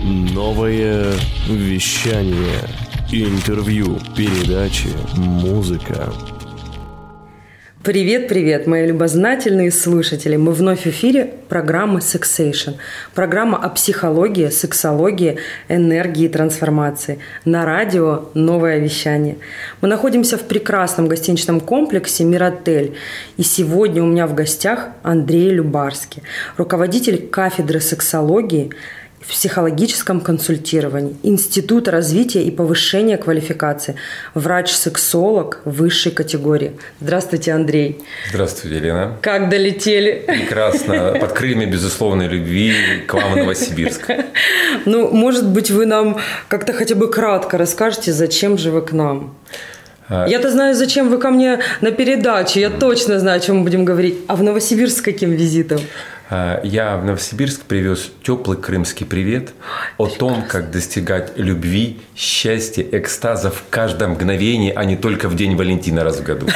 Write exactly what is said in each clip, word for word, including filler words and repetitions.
Новое вещание. Интервью, передачи, музыка. Привет-привет, мои любознательные слушатели. Мы вновь в эфире программы Sexation. Программа о психологии, сексологии, энергии и трансформации. На радио «Новое вещание». Мы находимся в прекрасном гостиничном комплексе «Миротель». И сегодня у меня в гостях Андрей Любарский, руководитель кафедры сексологии в психологическом консультировании, Института развития и повышения квалификации, врач-сексолог высшей категории. Здравствуйте, Андрей. Здравствуйте, Елена. Как долетели? Прекрасно. Под крыльями безусловной любви к вам в Новосибирск. Ну, может быть, вы нам как-то хотя бы кратко расскажете, зачем же вы к нам? Я-то знаю, зачем вы ко мне на передаче. Я точно знаю, о чем мы будем говорить. А в Новосибирск с каким визитом? Я в Новосибирск привез теплый крымский привет о том, как достигать любви, счастья, экстаза в каждое мгновение, а не только в день Валентина раз в году.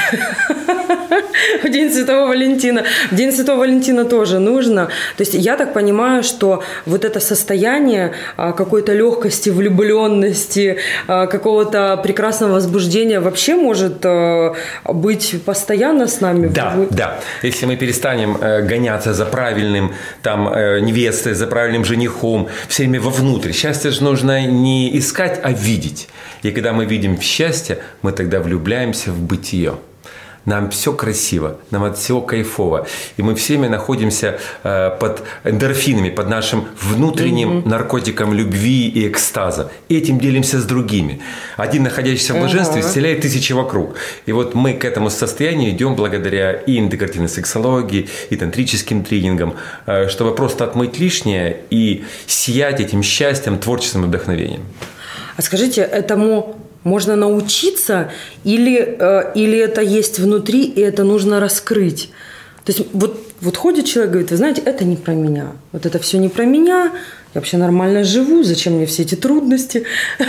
В день Святого Валентина. В день Святого Валентина тоже нужно. То есть я так понимаю, что вот это состояние какой-то легкости, влюбленности, какого-то прекрасного возбуждения вообще может быть постоянно с нами. Да, Вы... да. Если мы перестанем гоняться за правильным там, невестой, за правильным женихом, все время вовнутрь. Счастье же нужно не искать, а видеть. И когда мы видим счастье, мы тогда влюбляемся в бытие. Нам все красиво, нам от всего кайфово. И мы всеми находимся э, под эндорфинами, под нашим внутренним mm-hmm. наркотиком любви и экстаза. И этим делимся с другими. Один, находящийся в блаженстве, uh-huh. исцеляет тысячи вокруг. И вот мы к этому состоянию идем благодаря и интегративной сексологии, и тантрическим тренингам, э, чтобы просто отмыть лишнее и сиять этим счастьем, творчеством и вдохновением. А скажите, этому... можно научиться или, э, или это есть внутри, и это нужно раскрыть? То есть вот, вот ходит человек и говорит, вы знаете, это не про меня. Вот это все не про меня. Я вообще нормально живу. Зачем мне все эти трудности?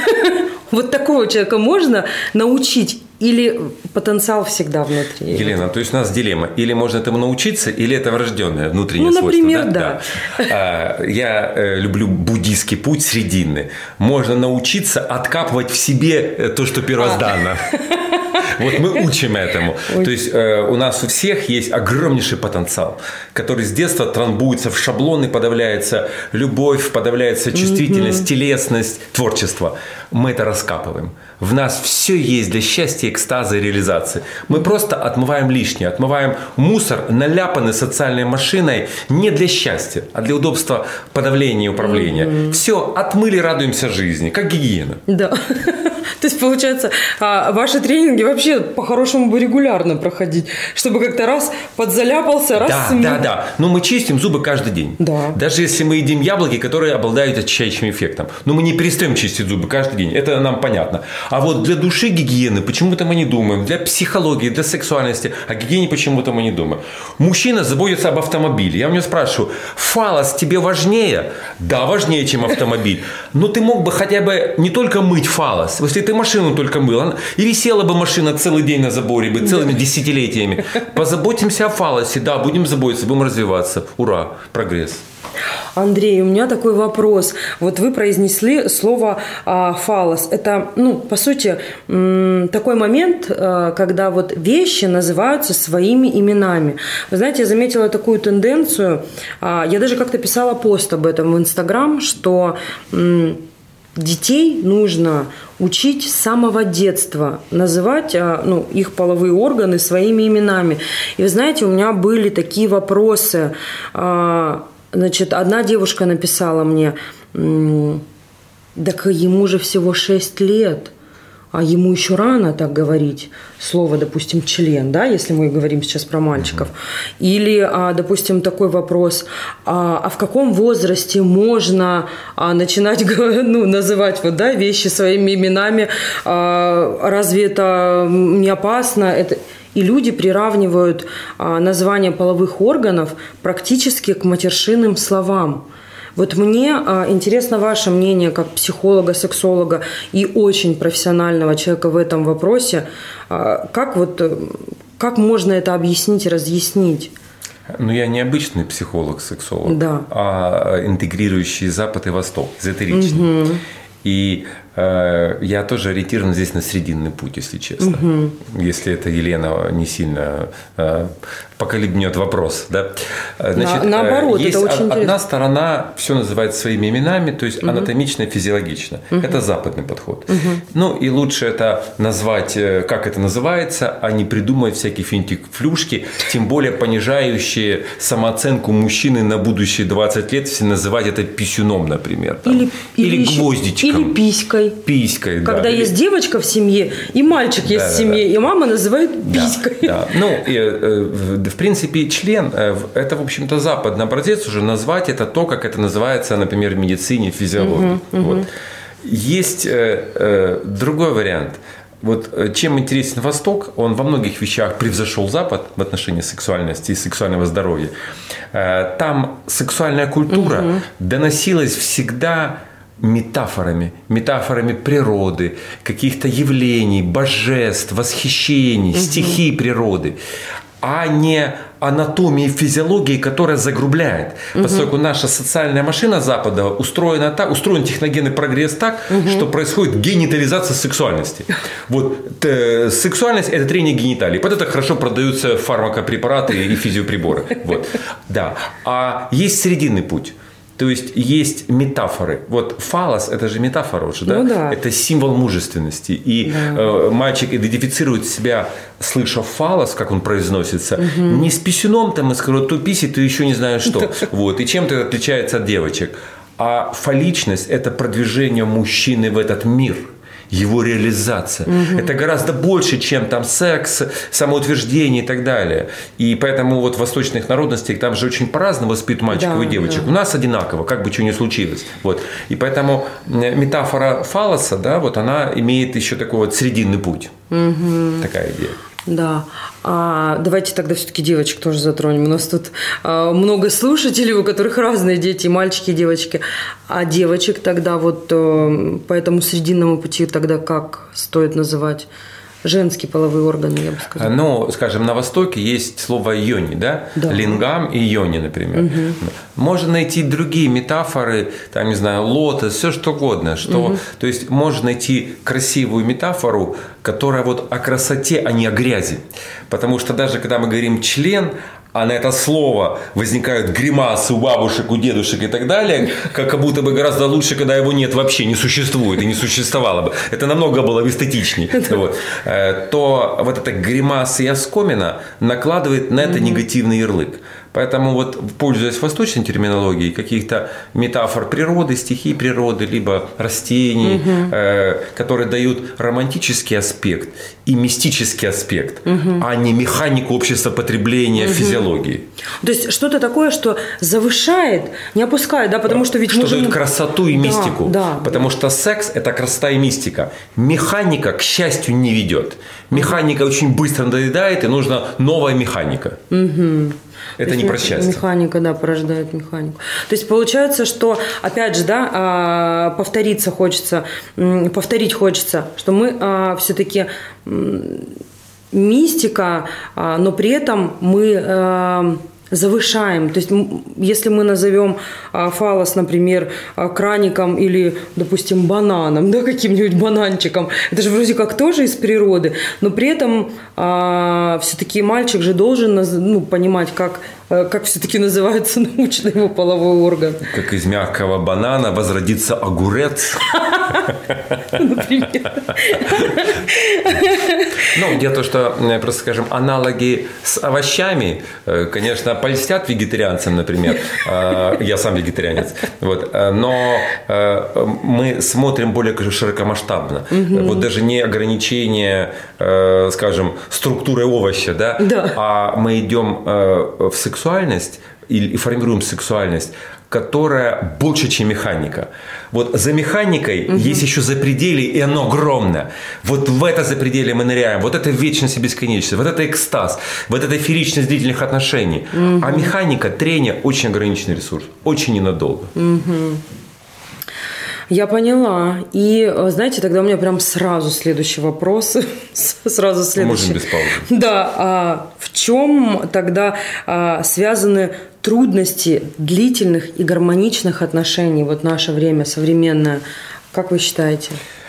Вот такого человека можно научить? Или потенциал всегда внутри? Елена, то есть у нас дилемма. Или можно этому научиться, или это врожденное внутреннее ну, свойство. Например, да. да. да. Я люблю буддийский путь срединный. Можно научиться откапывать в себе то, что первозданно. Вот мы учим этому. То есть у нас у всех есть огромнейший потенциал, который с детства трамбуется в шаблоны, подавляется любовь, подавляется чувствительность, телесность, творчество. Мы это раскапываем. В нас все есть для счастья, экстаза и реализации. Мы просто отмываем лишнее, отмываем мусор, наляпанный социальной машиной не для счастья, а для удобства подавления и управления. Mm-hmm. Все, отмыли, радуемся жизни, как гигиена. Да. То есть, получается, ваши тренинги вообще по-хорошему бы регулярно проходить, чтобы как-то раз подзаляпался, раз... Да, да, да. Но мы чистим зубы каждый день. Да. Даже если мы едим яблоки, которые обладают очищающим эффектом. Но мы не перестаем чистить зубы каждый день. Это нам понятно. А вот для души гигиены почему-то мы не думаем. Для психологии, для сексуальности о гигиене почему-то мы не думаем. Мужчина заботится об автомобиле. Я у него спрашиваю, фаллос тебе важнее? Да, важнее, чем автомобиль. Но ты мог бы хотя бы не только мыть фаллос. Если ты машину только мыл, и висела бы машина целый день на заборе, бы, целыми десятилетиями. Позаботимся о фаллосе. Да, будем заботиться, будем развиваться. Ура, прогресс. Андрей, у меня такой вопрос. Вот вы произнесли слово а, фаллос. Это, ну, по сути, м- такой момент, а, когда вот вещи называются своими именами. Вы знаете, я заметила такую тенденцию. А, я даже как-то писала пост об этом в Инстаграм, что... М- детей нужно учить с самого детства называть ну, их половые органы своими именами. И вы знаете, у меня были такие вопросы. Значит, одна девушка написала мне, так ему же всего шесть лет. А ему еще рано так говорить слово, допустим, член, да, если мы говорим сейчас про мальчиков. Или, допустим, такой вопрос, а в каком возрасте можно начинать ну, называть вот, да, вещи своими именами? Разве это не опасно? Это... И люди приравнивают название половых органов практически к матершинным словам. Вот мне а, интересно ваше мнение как психолога, сексолога и очень профессионального человека в этом вопросе. А, как, вот, как можно это объяснить и разъяснить? Ну, я не обычный психолог-сексолог, да. а интегрирующий Запад и Восток, эзотеричный. Угу. И э, я тоже ориентирован здесь на срединный путь, если честно. Угу. Если это Елена не сильно э, поколебнет вопрос. Да? Значит, на, наоборот, есть это очень одна интересно. сторона, все называет своими именами, то есть угу. анатомично, физиологично. Угу. Это западный подход. Угу. Ну, и лучше это назвать, как это называется, а не придумывать всякие финтик-флюшки, тем более понижающие самооценку мужчины на будущие двадцать лет, все называть это писюном, например. Там. Или, или, или гвоздичком. Или писькой. Писькой, Когда да. есть девочка в семье, и мальчик есть да, в семье, да. и мама называет писькой. Да, да. Ну, и, в принципе, член – это, в общем-то, западный образец уже назвать это то, как это называется, например, в медицине, в физиологии. Угу, угу. Вот. Есть э, э, другой вариант. Вот чем интересен Восток, он во многих вещах превзошел Запад в отношении сексуальности и сексуального здоровья. Э, там сексуальная культура угу. доносилась всегда метафорами, метафорами природы, каких-то явлений, божеств, восхищений, угу. стихий природы, а не анатомии, физиологии, которая загрубляет. Угу. Поскольку наша социальная машина Запада устроена так, устроен техногенный прогресс так, угу. что происходит генитализация сексуальности. Вот т- сексуальность – это трение гениталий. Под это хорошо продаются фармакопрепараты и физиоприборы. Вот. Да. А есть срединный путь. То есть есть метафоры. Вот фалос – это же метафора уже, да? Ну, да. Это символ мужественности. И да. э, мальчик идентифицирует себя, слыша фалос, как он произносится, угу. не с писюном, там, и скажут, то писи, то еще не знаю что. Вот. И чем-то это отличается от девочек. А фаличность – это продвижение мужчины в этот мир. Его реализация. Угу. Это гораздо больше, чем там секс, самоутверждение и так далее. И поэтому вот в восточных народностях там же очень по-разному воспитывают мальчиков да, и девочек. Да. У нас одинаково, как бы что ни случилось. Вот. И поэтому метафора фалоса, да, вот она имеет еще такой вот срединный путь. Угу. Такая идея. Да. А давайте тогда все-таки девочек тоже затронем. У нас тут а, много слушателей, у которых разные дети, мальчики и девочки. А девочек тогда вот а, по этому срединному пути тогда как стоит называть? Женские половые органы, я бы сказала. Ну, скажем, на Востоке есть слово йони, да? да. Лингам и йони, например. Угу. Можно найти другие метафоры, там, не знаю, лотос, все что угодно. Что, угу. То есть, можно найти красивую метафору, которая вот о красоте, а не о грязи. Потому что даже когда мы говорим член, а на это слово возникают гримасы у бабушек, у дедушек и так далее, как будто бы гораздо лучше, когда его нет вообще, не существует и не существовало бы. Это намного было эстетичнее. Вот. То вот эта гримаса и оскомина накладывает на это негативный ярлык. Поэтому вот, пользуясь восточной терминологией, каких-то метафор природы, стихий природы, либо растений, угу. э, которые дают романтический аспект и мистический аспект, угу. а не механику общества потребления угу. физиологии. То есть что-то такое, что завышает, не опускает, да, потому что ведь что можем... дает красоту и мистику. Да, да, потому да. что секс – это красота и мистика. Механика, к счастью, не ведет. Механика очень быстро надоедает, и нужна новая механика. Угу. Это не про счастье. Механика, да, порождает механику. То есть получается, что, опять же, да, повториться хочется, повторить хочется, что мы все-таки мистика, но при этом мы завышаем. То есть, если мы назовем фалос, например, краником или, допустим, бананом, да, каким-нибудь бананчиком, это же вроде как тоже из природы, но при этом а, все-таки мальчик же должен ну, понимать, как, как все-таки называется научно его половой орган. Как из мягкого банана возродится огурец. Например. Ну, дело в том, что, просто скажем, аналоги с овощами, конечно, польстят вегетарианцам, например. Я сам вегетарианец. Вот. Но мы смотрим более широкомасштабно. Угу. Вот даже не ограничение, скажем, структуры овоща, да? Да. А мы идем в сексуальность и формируем сексуальность, которая больше, чем механика. Вот за механикой угу. есть еще запределье, и оно огромное. Вот в это запределье мы ныряем. Вот это вечность и бесконечность. Вот это экстаз. Вот это фееричность длительных отношений. Угу. А механика, трение – очень ограниченный ресурс. Очень ненадолго. Угу. Я поняла. И, знаете, тогда у меня прям сразу следующий вопрос. Сразу следующий. Можем без паузы. Да. А в В чем тогда а, связаны трудности длительных и гармоничных отношений, вот наше время современное? Как вы считаете?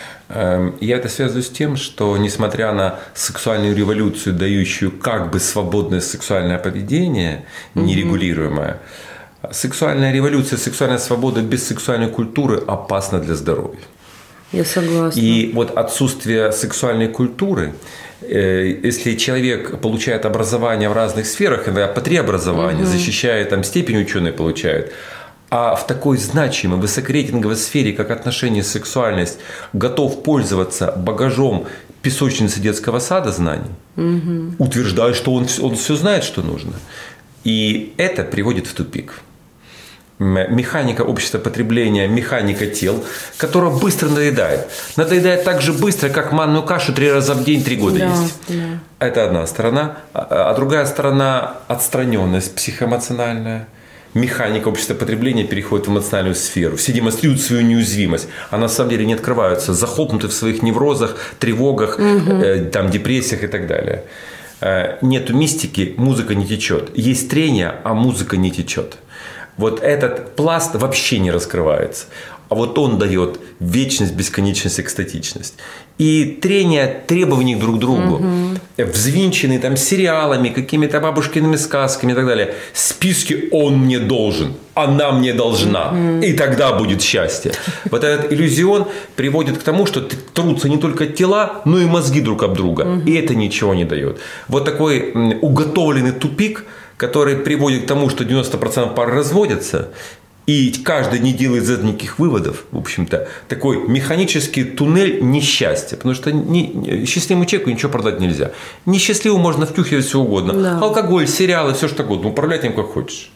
Я это связываю с тем, что несмотря на сексуальную революцию, дающую как бы свободное сексуальное поведение, нерегулируемое, сексуальная революция, сексуальная свобода без сексуальной культуры опасна для здоровья. Я согласна. И вот отсутствие сексуальной культуры, если человек получает образование в разных сферах, иногда по три образования, угу. защищает, там степень ученый получает, а в такой значимой, высокорейтинговой сфере, как отношения, сексуальность, готов пользоваться багажом песочницы детского сада знаний, угу. утверждая, что он, он все знает, что нужно. И это приводит в тупик. Механика общества потребления, механика тел, которая быстро надоедает. Надоедает так же быстро, как манную кашу три раза в день, три года да, есть. Да. Это одна сторона. А другая сторона – отстраненность психоэмоциональная. Механика общества потребления переходит в эмоциональную сферу. Все демонстрируют свою неуязвимость, а на самом деле не открываются, захлопнуты в своих неврозах, тревогах, угу. э, там, депрессиях и так далее. Э, нету мистики, музыка не течет. Есть трение, а музыка не течет. Вот этот пласт вообще не раскрывается. А вот он дает вечность, бесконечность, экстатичность. И трение требований друг к другу, угу. взвинченные там сериалами, какими-то бабушкиными сказками и так далее. Списки «он мне должен», «она мне должна», угу. и тогда будет счастье. Вот этот иллюзион приводит к тому, что трутся не только тела, но и мозги друг об друга. Угу. И это ничего не дает. Вот такой уготовленный тупик, который приводит к тому, что девяносто процентов пар разводятся, и каждый не делает из этого никаких выводов, в общем-то, такой механический туннель несчастья, потому что не, счастливому человеку ничего продать нельзя. Несчастливому можно втюхивать все угодно. Да. Алкоголь, сериалы, все что угодно, управлять им как хочешь.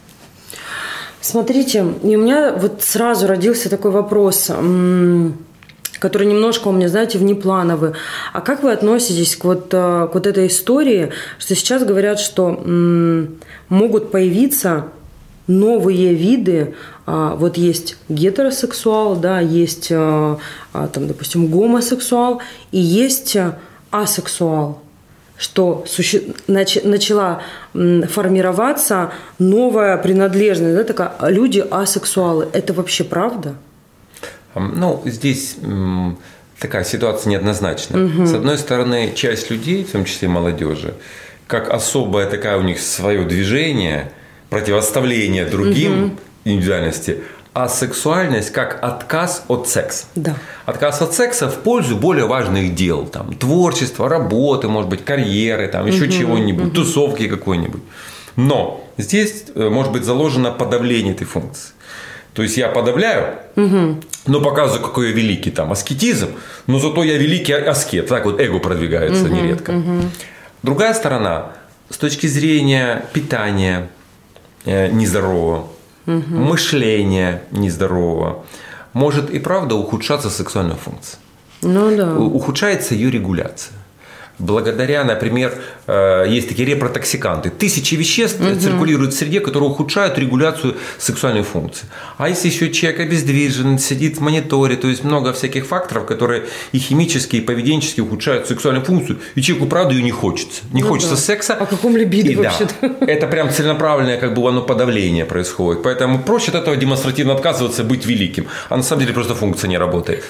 Смотрите, и у меня вот сразу родился такой вопрос, который немножко у меня, знаете, внеплановый. А как вы относитесь к вот, к вот этой истории, что сейчас говорят, что м, могут появиться новые виды, а, вот есть гетеросексуал, да, есть, а, там, допустим, гомосексуал и есть асексуал, что суще... нач... начала формироваться новая принадлежность, да, такая, люди асексуалы. Это вообще правда? Ну, здесь м, такая ситуация неоднозначная. Угу. С одной стороны, часть людей, в том числе молодежи, как особое такое у них свое движение, противоставление другим угу. индивидуальности, а сексуальность как отказ от секса. Да. Отказ от секса в пользу более важных дел. Там, творчества, работы, может быть, карьеры, там, еще угу. чего-нибудь, угу. тусовки какой-нибудь. Но здесь может быть заложено подавление этой функции. То есть я подавляю, угу. но показываю, какой я великий там аскетизм, но зато я великий аскет. Так вот эго продвигается угу. нередко. Угу. Другая сторона, с точки зрения питания э, нездорового, угу. мышления нездорового, может и правда ухудшаться сексуальная функция. Ну, да. Ухудшается ее регуляция. Благодаря, например, есть такие репротоксиканты. Тысячи веществ угу. циркулируют в среде, которые ухудшают регуляцию сексуальной функции. А если еще человек обездвижен, сидит в мониторе, то есть много всяких факторов, которые и химически, и поведенчески ухудшают сексуальную функцию, и человеку, правда, ее не хочется. Не ну хочется да. секса. О каком либидо вообще-то? Да, это прям целенаправленное, как бы оно подавление происходит. Поэтому проще от этого демонстративно отказываться, быть великим. А на самом деле просто функция не работает.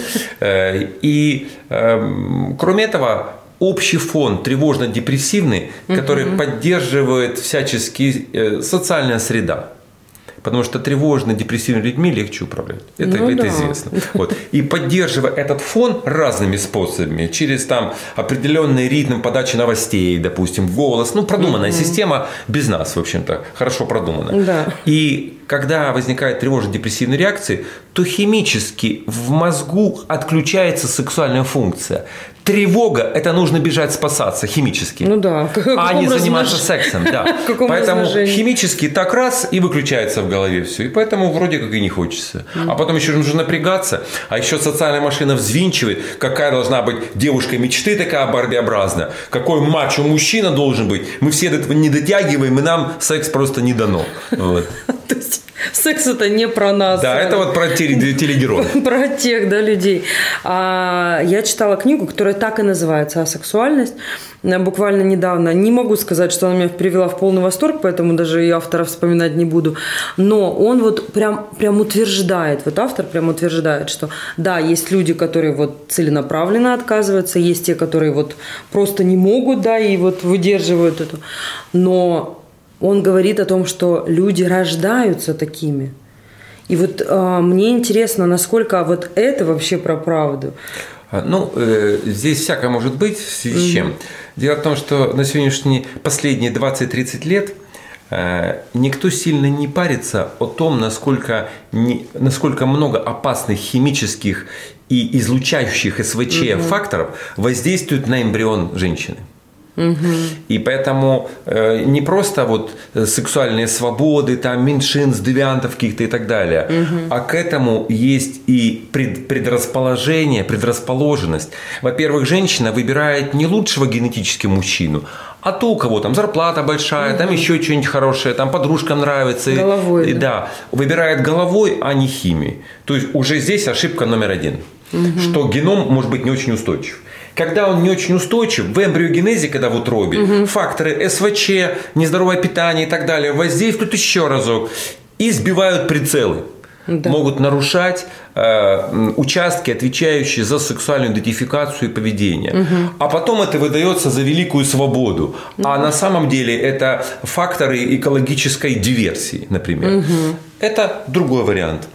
И кроме этого, общий фон тревожно-депрессивный, который угу. поддерживает всячески э, социальная среда. Потому что тревожно-депрессивными людьми легче управлять. Это, ну, это да. известно. Вот. И поддерживая этот фон разными способами, через там, определенный ритм подачи новостей, допустим, голос, ну, продуманная угу. система без нас, в общем-то, хорошо продуманная. Да. И когда возникает тревожно-депрессивная реакция, то химически в мозгу отключается сексуальная функция. Тревога – это нужно бежать спасаться химически, ну да. а не заниматься сексом. Да. Поэтому химически так раз и выключается в голове все. И поэтому вроде как и не хочется. Mm. А потом еще нужно напрягаться, а еще социальная машина взвинчивает, какая должна быть девушка мечты такая барбиобразная, какой мачо-мужчина должен быть. Мы все до этого не дотягиваем, и нам секс просто не дано. Вот. То есть Секс это не про нас. Да, это вот про телегероев. Про тех, да, людей. А, я читала книгу, которая так и называется «Асексуальность». Буквально недавно. Не могу сказать, что она меня привела в полный восторг, поэтому даже и автора вспоминать не буду. Но он вот прям, прям утверждает, вот автор прям утверждает, что да, есть люди, которые вот целенаправленно отказываются, есть те, которые вот просто не могут, да, и вот выдерживают это. Но он говорит о том, что люди рождаются такими. И вот э, мне интересно, насколько вот это вообще про правду. Ну, э, здесь всякое может быть, в связи с чем. Дело в том, что на сегодняшние последние двадцать-тридцать лет э, никто сильно не парится о том, насколько, не, насколько много опасных химических и излучающих СВЧ угу. факторов воздействует на эмбрион женщины. Угу. И поэтому э, не просто вот сексуальные свободы, там, меньшинств, девиантов каких-то и так далее, угу. а к этому есть и пред, предрасположение, предрасположенность. Во-первых, женщина выбирает не лучшего генетически мужчину, а то, у кого там зарплата большая, угу. там еще что-нибудь хорошее, там подружкам нравится. Головой. И, да. да, выбирает головой, а не химией. То есть уже здесь ошибка номер один, угу. что геном может быть не очень устойчив. Когда он не очень устойчив, в эмбриогенезе, когда в утробе, угу. факторы СВЧ, нездоровое питание и так далее воздействуют еще разок и сбивают прицелы. Да. Могут нарушать э, участки, отвечающие за сексуальную идентификацию и поведение. Угу. А потом это выдается за великую свободу. Угу. А на самом деле это факторы экологической диверсии, например. Угу. Это другой вариант.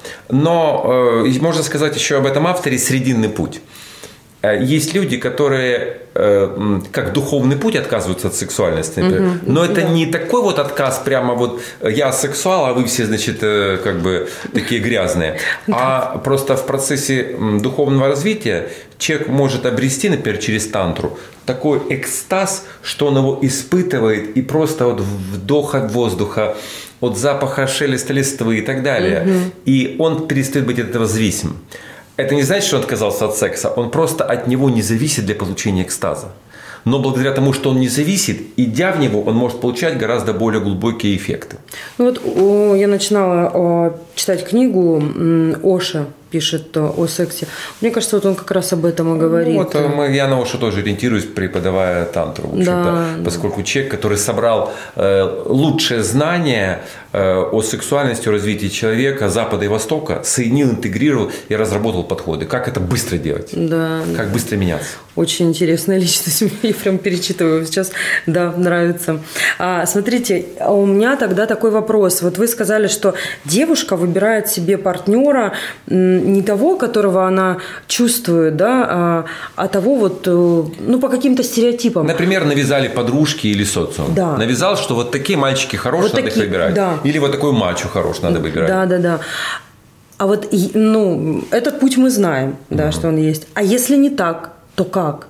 Но э, можно сказать еще об этом авторе «Срединный путь». Есть люди, которые как духовный путь отказываются от сексуальности, например. Угу, но это да. не такой вот отказ прямо вот я сексуал, а вы все, значит, как бы такие грязные. Да. А просто в процессе духовного развития человек может обрести, например, через тантру такой экстаз, что он его испытывает и просто от вдоха воздуха, от запаха шелеста листвы и так далее. Угу. И он перестает быть от этого зависимым. Это не значит, что он отказался от секса, он просто от него не зависит для получения экстаза. Но благодаря тому, что он не зависит, идя в него, он может получать гораздо более глубокие эффекты. Ну вот о, я начинала о, читать книгу Оша, пишет о сексе. Мне кажется, вот он как раз об этом и говорит. Ну, вот мы, я на Ошу тоже ориентируюсь, преподавая тантру, в общем-то, да, поскольку да. человек, который собрал э, лучшие знания э, о сексуальности, о развитии человека Запада и Востока, соединил, интегрировал и разработал подходы. Как это быстро делать? Да. Как быстро меняться? Очень интересная личность. Я прям перечитываю сейчас. Да, нравится. А, смотрите, у меня тогда такой вопрос. Вот вы сказали, что девушка выбирает себе партнера не того, которого она чувствует, да, а, а того вот, ну, по каким-то стереотипам. Например, навязали подружки или социум. Да. Навязал, что вот такие мальчики хорошие, вот надо такие, их выбирать. Да. Или вот такой мачо хороший надо выбирать. Да, да, да. А вот, ну, этот путь мы знаем, да, угу. что он есть. А если не так, то как?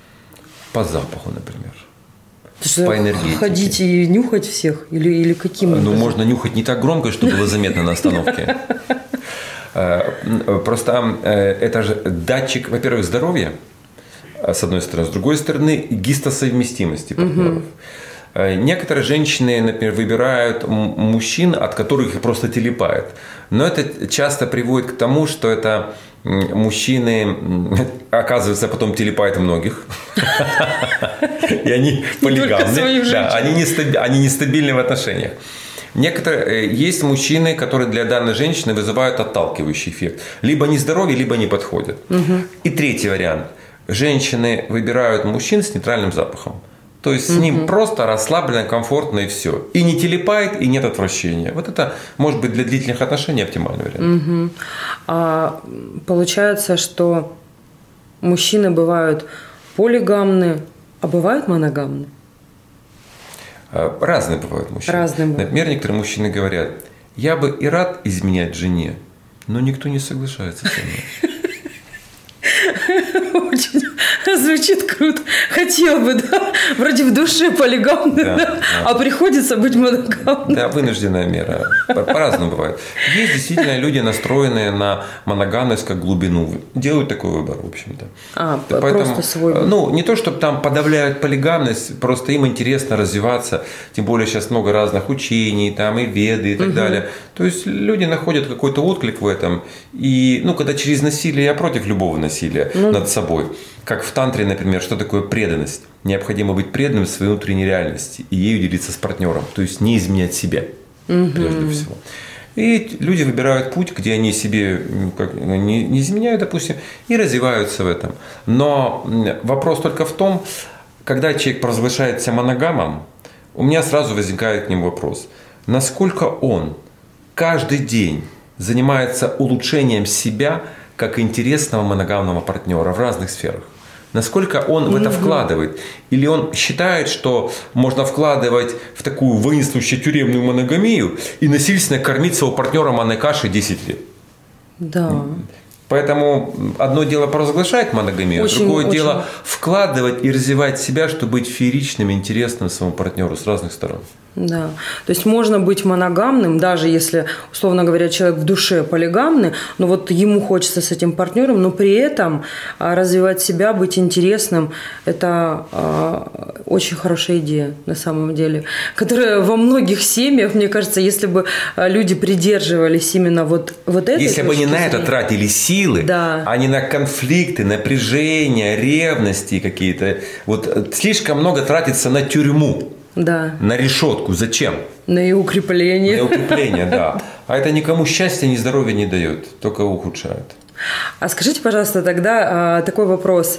По запаху, например. Что, по энергетике. Ходить и нюхать всех? Или, или каким Ну, образом? Можно нюхать не так громко, чтобы было заметно на остановке. Просто это же датчик, во-первых, здоровья, с одной стороны, с другой стороны, гистосовместимости партнеров. Угу. Некоторые женщины, например, выбирают мужчин, от которых их просто телепает. Но это часто приводит к тому, что это мужчины, оказывается, потом телепают многих. И они полигамны. Они нестабильны в отношениях. Некоторые, есть мужчины, которые для данной женщины вызывают отталкивающий эффект. Либо не здоровы, либо не подходят. Угу. И третий вариант. Женщины выбирают мужчин с нейтральным запахом. То есть угу. с ним просто расслабленно, комфортно и все. И не телепает, и нет отвращения. Вот это может быть для длительных отношений оптимальный вариант. Угу. А получается, что мужчины бывают полигамны, а бывают моногамны? Разные бывают мужчины. Разные бывают. Например, некоторые мужчины говорят, я бы и рад изменять жене, но никто не соглашается со мной. Очень, Звучит круто. Хотел бы, да? Вроде в душе полигамный, да, да? Да. А приходится быть моногамным. Да, вынужденная мера. По-разному бывает. Есть действительно люди, настроенные на моногамность как глубину. Делают такой выбор, в общем-то. А, Поэтому, просто свой выбор. Ну, не то, чтобы там подавляют полигамность, просто им интересно развиваться. Тем более сейчас много разных учений, там и веды, и так угу. далее. То есть люди находят какой-то отклик в этом. И, ну, когда через насилие, я против любого насилия ну, над собой. Как в тантре, например, что такое преданность? Необходимо быть преданным своей внутренней реальности и ею делиться с партнером. То есть не изменять себя, угу. прежде всего. И люди выбирают путь, где они себе как, не, не изменяют, допустим, и развиваются в этом. Но вопрос только в том, когда человек провозглашается моногамом, у меня сразу возникает к нему вопрос. Насколько он каждый день занимается улучшением себя как интересного моногамного партнера в разных сферах? Насколько он в это вкладывает? Или он считает, что можно вкладывать в такую воинствующую тюремную моногамию и насильственно кормить своего партнера манной кашей десять лет? Да. Поэтому одно дело провозглашать моногамию, очень, другое очень. дело вкладывать и развивать себя, чтобы быть фееричным, интересным своему партнеру с разных сторон. Да, то есть можно быть моногамным, даже если, условно говоря, человек в душе полигамный, но вот ему хочется с этим партнером, но при этом развивать себя, быть интересным, это э, очень хорошая идея на самом деле, которая во многих семьях, мне кажется, если бы люди придерживались именно вот, вот этой Если бы они на это тратили силы, да. а не на конфликты, напряжения, ревности какие-то, вот слишком много тратится на тюрьму. Да. На решетку. Зачем? На ее укрепление. На укрепление, да. А это никому счастья, ни здоровья не дает, только ухудшает. А скажите, пожалуйста, тогда такой вопрос.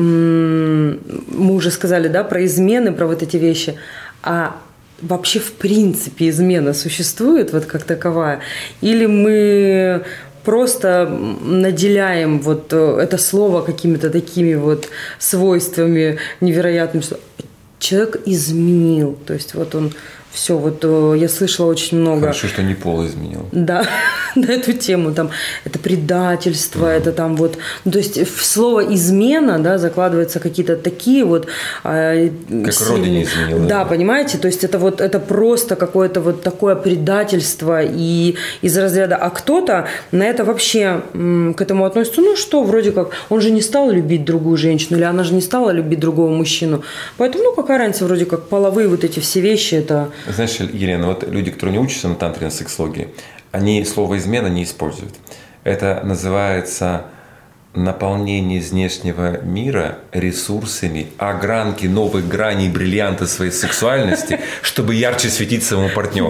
Мы уже сказали, да, про измены, про вот эти вещи. А вообще в принципе измена существует вот как таковая? Или мы просто наделяем вот это слово какими-то такими вот свойствами невероятными, что человек изменил, то есть вот он все, вот я слышала очень много. Хорошо, что не пол изменил. Да, на эту тему, там, это предательство, mm-hmm. это там вот, ну, то есть в слово измена, да, закладываются какие-то такие вот. Как сильные, родине изменил. Да, да, понимаете, то есть это вот, это просто какое-то вот такое предательство и из разряда, а кто-то на это вообще м, к этому относится, ну что, вроде как, он же не стал любить другую женщину, или она же не стала любить другого мужчину, поэтому, ну, какая разница, вроде как половые вот эти все вещи, это... Знаешь, Елена, вот люди, которые не учатся на тантре, на сексологии, они слово «измена» не используют. Это называется наполнение из внешнего мира ресурсами, огранки новых граней, бриллианта своей сексуальности, чтобы ярче светить своему партнеру.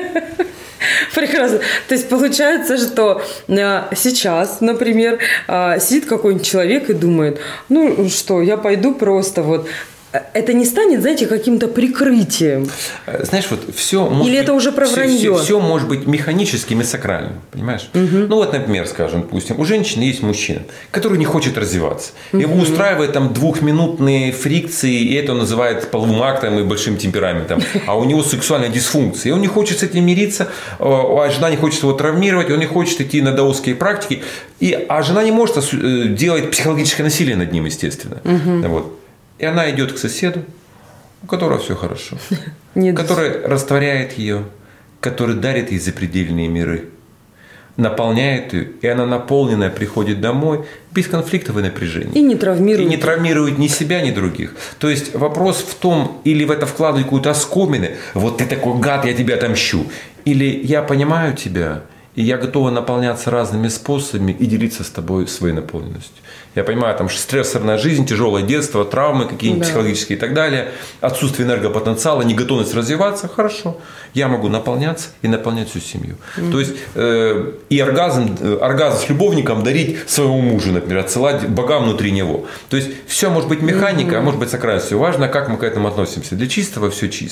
Прекрасно. То есть получается, что сейчас, например, сидит какой-нибудь человек и думает, ну что, я пойду просто вот... Это не станет, знаете, каким-то прикрытием. Знаешь, вот все может Или быть, это уже про вранье? Все, все, все может быть механическим и сакральным, понимаешь? Угу. Ну вот, например, скажем, допустим, у женщины есть мужчина, который не хочет развиваться. Угу. Его устраивает там двухминутные фрикции, и это он называет половым актом и большим темпераментом. А у него сексуальная дисфункция. И он не хочет с этим мириться, а жена не хочет его травмировать, он не хочет идти на даосские практики. И, а жена не может делать психологическое насилие над ним, естественно. Угу. Вот. И она идет к соседу, у которого все хорошо, который растворяет ее, который дарит ей запредельные миры, наполняет ее, и она наполненная приходит домой без конфликтов и напряжений. И не травмирует. И не травмирует ни себя, ни других. То есть вопрос в том, или в это вкладывать какую-то оскомину, вот ты такой гад, я тебя отомщу, или я понимаю тебя, и я готова наполняться разными способами и делиться с тобой своей наполненностью. Я понимаю, там стрессорная жизнь, тяжелое детство, травмы какие-нибудь да. психологические и так далее, отсутствие энергопотенциала, неготовность развиваться. Хорошо, я могу наполняться и наполнять всю семью. Mm-hmm. То есть э, и оргазм, оргазм с любовником дарить своему мужу, например, отсылать богам внутри него. То есть все может быть механика, mm-hmm. а может быть сакральность. Все важно, как мы к этому относимся. Для чистого все чисто.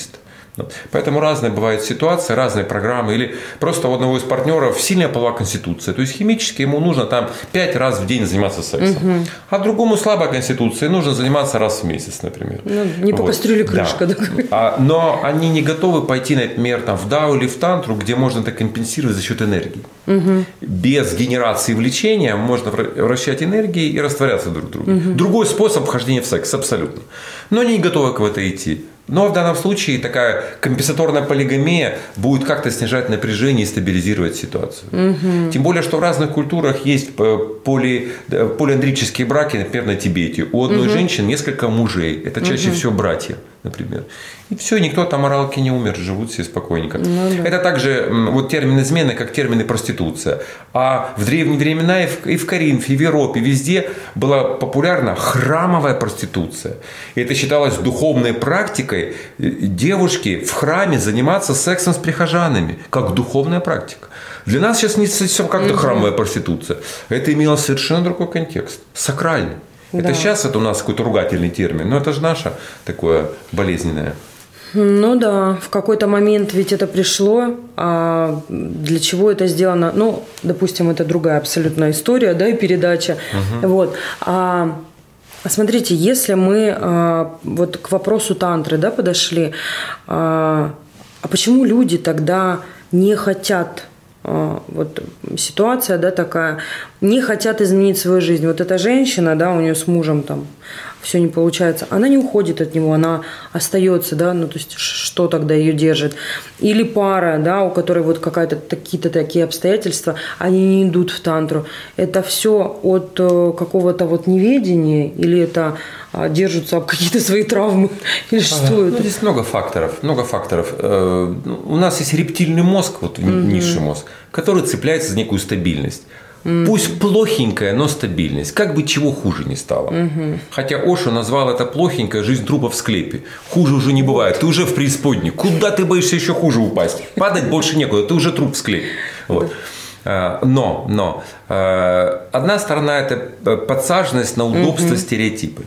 Поэтому разные бывают ситуации, разные программы. Или просто у одного из партнеров сильная половая конституция. То есть химически ему нужно там пять раз в день заниматься сексом. Угу. А другому слабая конституция, и нужно заниматься раз в месяц, например. Ну, не по вот. Кастрюле крышка. Да. Да. А, но они не готовы пойти, например, там, в дао или в тантру, где можно это компенсировать за счет энергии. Угу. Без генерации влечения можно вращать энергии и растворяться друг в друге. Угу. Другой способ вхождения в секс, абсолютно. Но они не готовы к это идти. Но в данном случае такая компенсаторная полигамия будет как-то снижать напряжение и стабилизировать ситуацию. Угу. Тем более, что в разных культурах есть поли, полиандрические браки, например, на Тибете. У одной угу. женщины несколько мужей. Это чаще угу. всего братья, например. И все, никто там моралки не умер, живут все спокойненько. Ну, да. Это также вот термин измены, как термин проституция. А в древние времена и в, и в Коринфе, и в Европе, везде была популярна храмовая проституция. И это считалось духовной практикой девушки в храме заниматься сексом с прихожанами, как духовная практика. Для нас сейчас не совсем как-то храмовая проституция. Это имело совершенно другой контекст, сакральный. Да. Это сейчас это у нас какой-то ругательный термин, но это же наше такое болезненное. Ну да, в какой-то момент ведь это пришло, а для чего это сделано? Ну, допустим, это другая абсолютно история, да, и передача. Угу. Вот. А, смотрите, если мы а, вот к вопросу тантры, да, подошли, а, а почему люди тогда не хотят? Вот ситуация, да, такая, не хотят изменить свою жизнь. Вот эта женщина, да, у нее с мужем там все не получается, она не уходит от него, она остается, да, ну, то есть, что тогда ее держит? Или пара, да, у которой вот какая-то, какие-то такие обстоятельства, они не идут в тантру. Это все от какого-то вот неведения или это держатся об какие-то свои травмы? Или что ну, это? Здесь много факторов, много факторов. У нас есть рептильный мозг, вот mm-hmm. низший мозг, который цепляется за некую стабильность. Mm-hmm. Пусть плохенькая, но стабильность. Как бы чего хуже не стало. Mm-hmm. Хотя Ошо назвал это плохенькая жизнь трупа в склепе. Хуже уже не бывает. Ты уже в преисподней. Куда ты боишься еще хуже упасть? Падать больше некуда. Ты уже труп в склепе. Вот. Но, но одна сторона – это подсаженность на удобство, mm-hmm. стереотипы.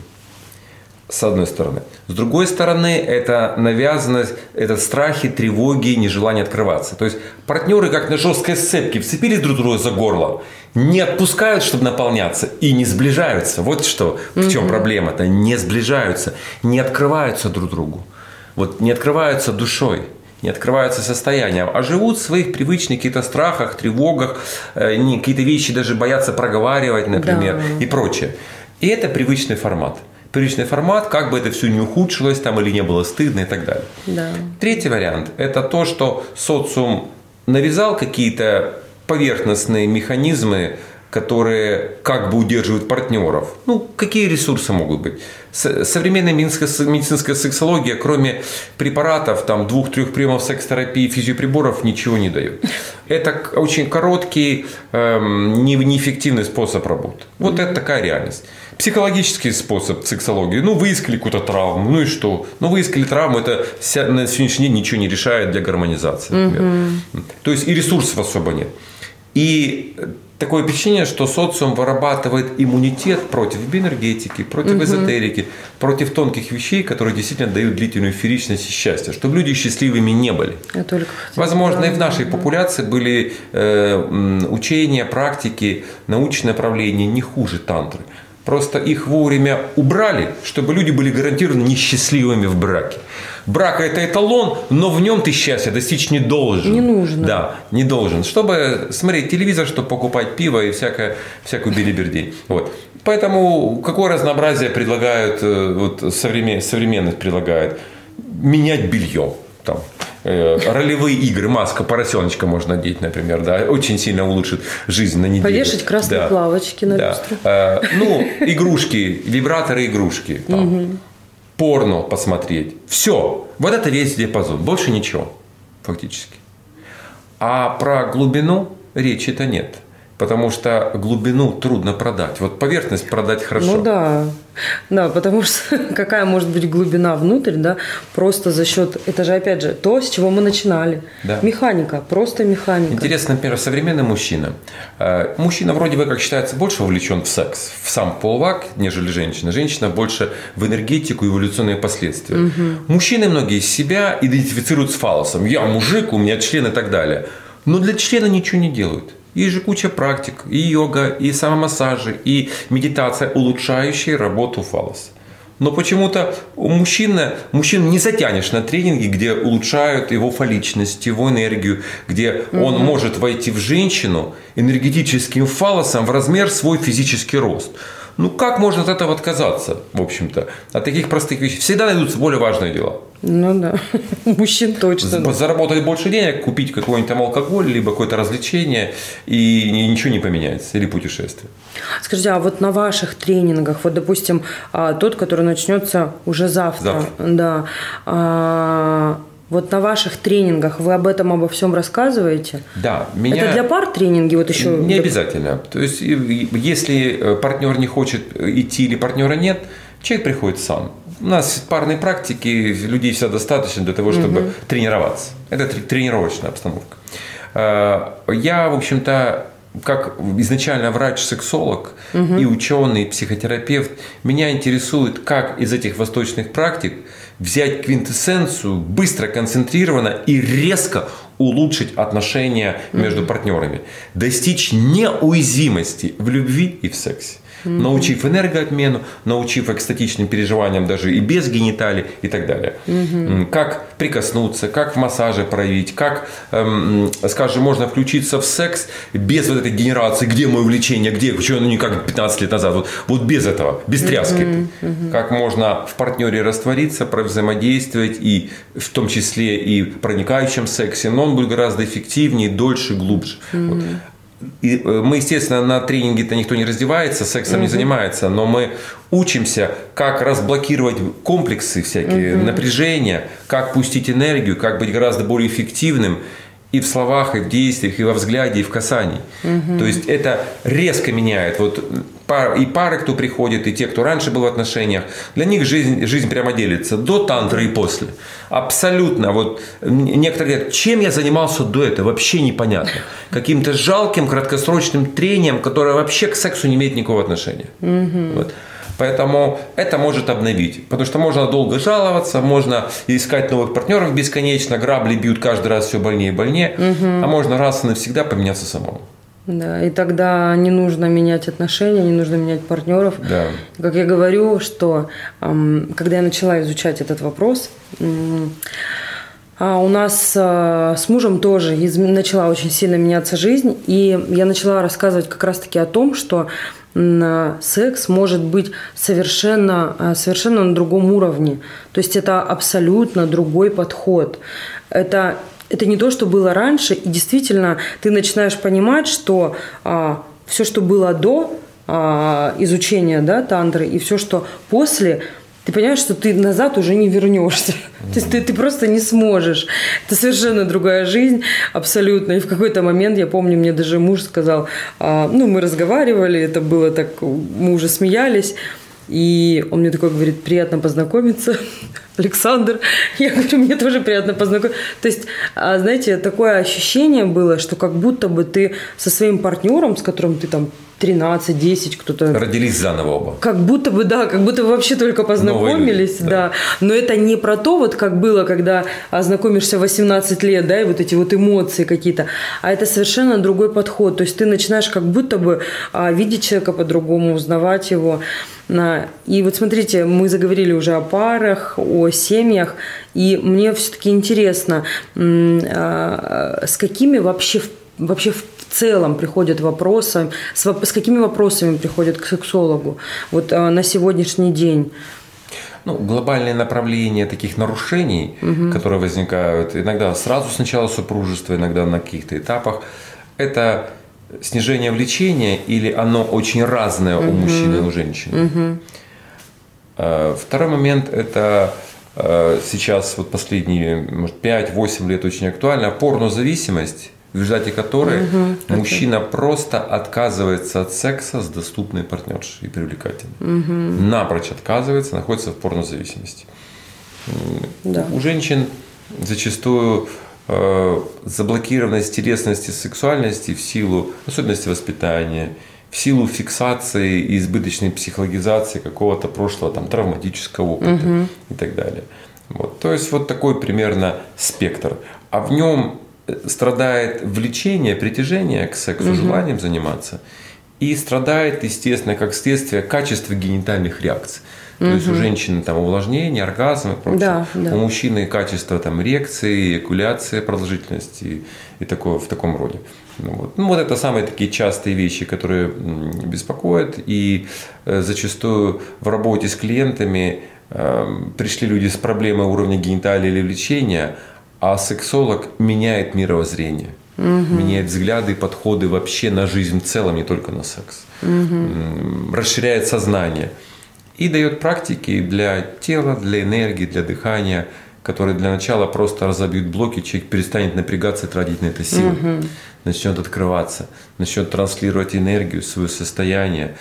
С одной стороны. С другой стороны, это навязанность, это страхи, тревоги, нежелание открываться. То есть партнеры, как на жесткой сцепке, вцепились друг друга за горло, не отпускают, чтобы наполняться, и не сближаются. Вот что, в чем mm-hmm. проблема-то. Не сближаются, не открываются друг другу. Вот не открываются душой. Не открываются состоянием, а живут в своих привычных каких-то страхах, тревогах, какие-то вещи даже боятся проговаривать, например, да. и прочее. И это привычный формат. Привычный формат, как бы это все не ухудшилось там, или не было стыдно и так далее. Да. Третий вариант – это то, что социум навязал какие-то поверхностные механизмы, которые как бы удерживают партнеров. Ну, какие ресурсы могут быть? Современная медицинская сексология, кроме препаратов, там, двух-трех приемов секс-терапии, физиоприборов, ничего не дает. Это очень короткий, эм, неэффективный способ работы. Вот mm-hmm. это такая реальность. Психологический способ сексологии. Ну, выискали какую-то травму. Ну и что? Ну, выискали травму, это на сегодняшний день ничего не решает для гармонизации, например. Mm-hmm. То есть и ресурсов особо нет. И такое впечатление, что социум вырабатывает иммунитет против биоэнергетики, против угу. эзотерики, против тонких вещей, которые действительно дают длительную фееричность и счастье, чтобы люди счастливыми не были. Я только Возможно, и в нашей популяции были э, учения, практики, научные направления не хуже тантры. Просто их вовремя убрали, чтобы люди были гарантированно несчастливыми в браке. Брак – это эталон, но в нем ты счастья достичь не должен. Не нужно. Да, не должен. Чтобы смотреть телевизор, чтобы покупать пиво и всякое, всякую билибердень. Вот. Поэтому какое разнообразие предлагают, вот, современ, современность предлагает? Менять белье. Там, э, ролевые игры, маска поросеночка можно надеть, например, да, очень сильно улучшит жизнь на неделю. Повешать красные да. плавочки на да. люстру. Э, ну, игрушки, вибраторы игрушки. Там. Угу. Порно посмотреть. Все. Вот это весь диапазон. Больше ничего. Фактически. А про глубину речи-то нет. Потому что глубину трудно продать. Вот поверхность продать хорошо. Ну да, да, потому что какая может быть глубина внутрь, да, просто за счет, это же опять же то, с чего мы начинали. Да. Механика, просто механика. Интересно, например, современный мужчина. Мужчина вроде бы, как считается, больше увлечен в секс, в сам полвак, нежели женщина. Женщина больше в энергетику и эволюционные последствия. Угу. Мужчины многие себя идентифицируют с фаллосом. Я мужик, у меня член и так далее. Но для члена ничего не делают. Есть же куча практик, и йога, и самомассажи, и медитация, улучшающие работу фаллоса. Но почему-то у мужчины, мужчин не затянешь на тренинги, где улучшают его фалличность, его энергию, где mm-hmm. он может войти в женщину энергетическим фаллосом в размер свой физический рост. Ну, как можно от этого отказаться, в общем-то? От таких простых вещей. Всегда найдутся более важные дела. Ну да, мужчин точно. Заработать больше денег, купить какой-нибудь там алкоголь, либо какое-то развлечение, и ничего не поменяется. Или путешествие. Скажите, а вот на ваших тренингах, вот, допустим, тот, который начнется уже завтра, завтра. Да, а, вот на ваших тренингах вы об этом, обо всем рассказываете? Да. Меня... Это для пар тренинги? Вот еще... Не обязательно. То есть, если партнер не хочет идти или партнера нет, человек приходит сам. У нас парные практики, людей всегда достаточно для того, чтобы угу. тренироваться. Это тренировочная обстановка. Я, в общем-то, как изначально врач-сексолог угу. и ученый, и психотерапевт, меня интересует, как из этих восточных практик взять квинтэссенцию, быстро, концентрированно и резко улучшить отношения между угу. партнерами. Достичь неуязвимости в любви и в сексе. Mm-hmm. Научив энергообмену, научив экстатичным переживаниям даже и без гениталий и так далее. Mm-hmm. Как прикоснуться, как в массаже проявить, как, эм, скажем, можно включиться в секс без вот этой генерации, где мое влечение, где, почему оно не как пятнадцать лет назад, вот, вот без этого, без тряски. Mm-hmm. Mm-hmm. Как можно в партнере раствориться, взаимодействовать, и в том числе и в проникающем сексе, но он будет гораздо эффективнее, дольше, глубже. Mm-hmm. Вот. И мы, естественно, на тренинге-то никто не раздевается, сексом угу. не занимается, но мы учимся, как разблокировать комплексы всякие, угу. напряжения, как пустить энергию, как быть гораздо более эффективным и в словах, и в действиях, и во взгляде, и в касании. Угу. То есть это резко меняет. Вот и пары, кто приходит, и те, кто раньше был в отношениях, для них жизнь, жизнь прямо делится до тантры и после. Абсолютно. Вот некоторые говорят, чем я занимался до этого, вообще непонятно. Каким-то жалким, краткосрочным трением, которое вообще к сексу не имеет никакого отношения. Угу. Вот. Поэтому это может обновить. Потому что можно долго жаловаться, можно искать новых партнеров бесконечно, грабли бьют каждый раз все больнее и больнее, угу. а можно раз и навсегда поменяться самому. Да, и тогда не нужно менять отношения, не нужно менять партнеров. Да. Как я говорю, что эм, когда я начала изучать этот вопрос, эм, а у нас э, с мужем тоже из, начала очень сильно меняться жизнь, и я начала рассказывать как раз-таки о том, что э, секс может быть совершенно, э, совершенно на другом уровне. То есть это абсолютно другой подход. Это Это не то, что было раньше, и действительно ты начинаешь понимать, что а, все, что было до а, изучения, да, тантры, и все, что после, ты понимаешь, что ты назад уже не вернешься. Mm-hmm. То есть ты, ты просто не сможешь. Это совершенно другая жизнь, абсолютно. И в какой-то момент, я помню, мне даже муж сказал, а, ну, мы разговаривали, это было так, мы уже смеялись, и он мне такой говорит, приятно познакомиться, Александр. Я говорю, мне тоже приятно познакомиться. То есть, знаете, такое ощущение было, что как будто бы ты со своим партнером, с которым ты там тринадцать, десять, кто-то... Родились заново оба. Как будто бы, да, как будто вы вообще только познакомились, люди, да. да. Но это не про то, вот как было, когда знакомишься в восемнадцать лет, да, и вот эти вот эмоции какие-то, а это совершенно другой подход. То есть ты начинаешь как будто бы а, видеть человека по-другому, узнавать его. И вот смотрите, мы заговорили уже о парах, о семьях, и мне все-таки интересно, с какими вообще, вообще в целом приходят вопросы, с, с какими вопросами приходят к сексологу вот на сегодняшний день? Ну, глобальные направления таких нарушений, угу. которые возникают иногда сразу с начала супружества, иногда на каких-то этапах, это снижение влечения или оно очень разное uh-huh. у мужчины и у женщины. Uh-huh. Второй момент – это сейчас вот последние, может, пять-восемь лет очень актуально порнозависимость в результате которой угу, мужчина okay. просто отказывается от секса с доступной партнершей и привлекательной. Угу. Напрочь отказывается, находится в порнозависимости. Да. У женщин зачастую э, заблокированность телесности и сексуальности в силу особенностей воспитания, в силу фиксации и избыточной психологизации какого-то прошлого там, травматического опыта угу. и так далее. Вот. То есть вот такой примерно спектр. А в нем страдает влечение, притяжение к сексу, угу. желанием заниматься. И страдает, естественно, как следствие качества генитальных реакций. То угу. есть у женщины там увлажнение, оргазм и прочее. Да, да. У мужчины качество там, эрекции, экуляции, продолжительности и, и такое, в таком роде. Ну вот. ну вот это самые такие частые вещи, которые беспокоят. И э, зачастую в работе с клиентами э, пришли люди с проблемой уровня гениталии или влечения, а сексолог меняет мировоззрение. Угу. Меняет взгляды и подходы вообще на жизнь в целом, не только на секс. Угу. Расширяет сознание. И дает практики для тела, для энергии, для дыхания, которые для начала просто разобьют блоки, человек перестанет напрягаться и тратить на это силы. Угу. Начнет открываться, начнет транслировать энергию, свое состояние.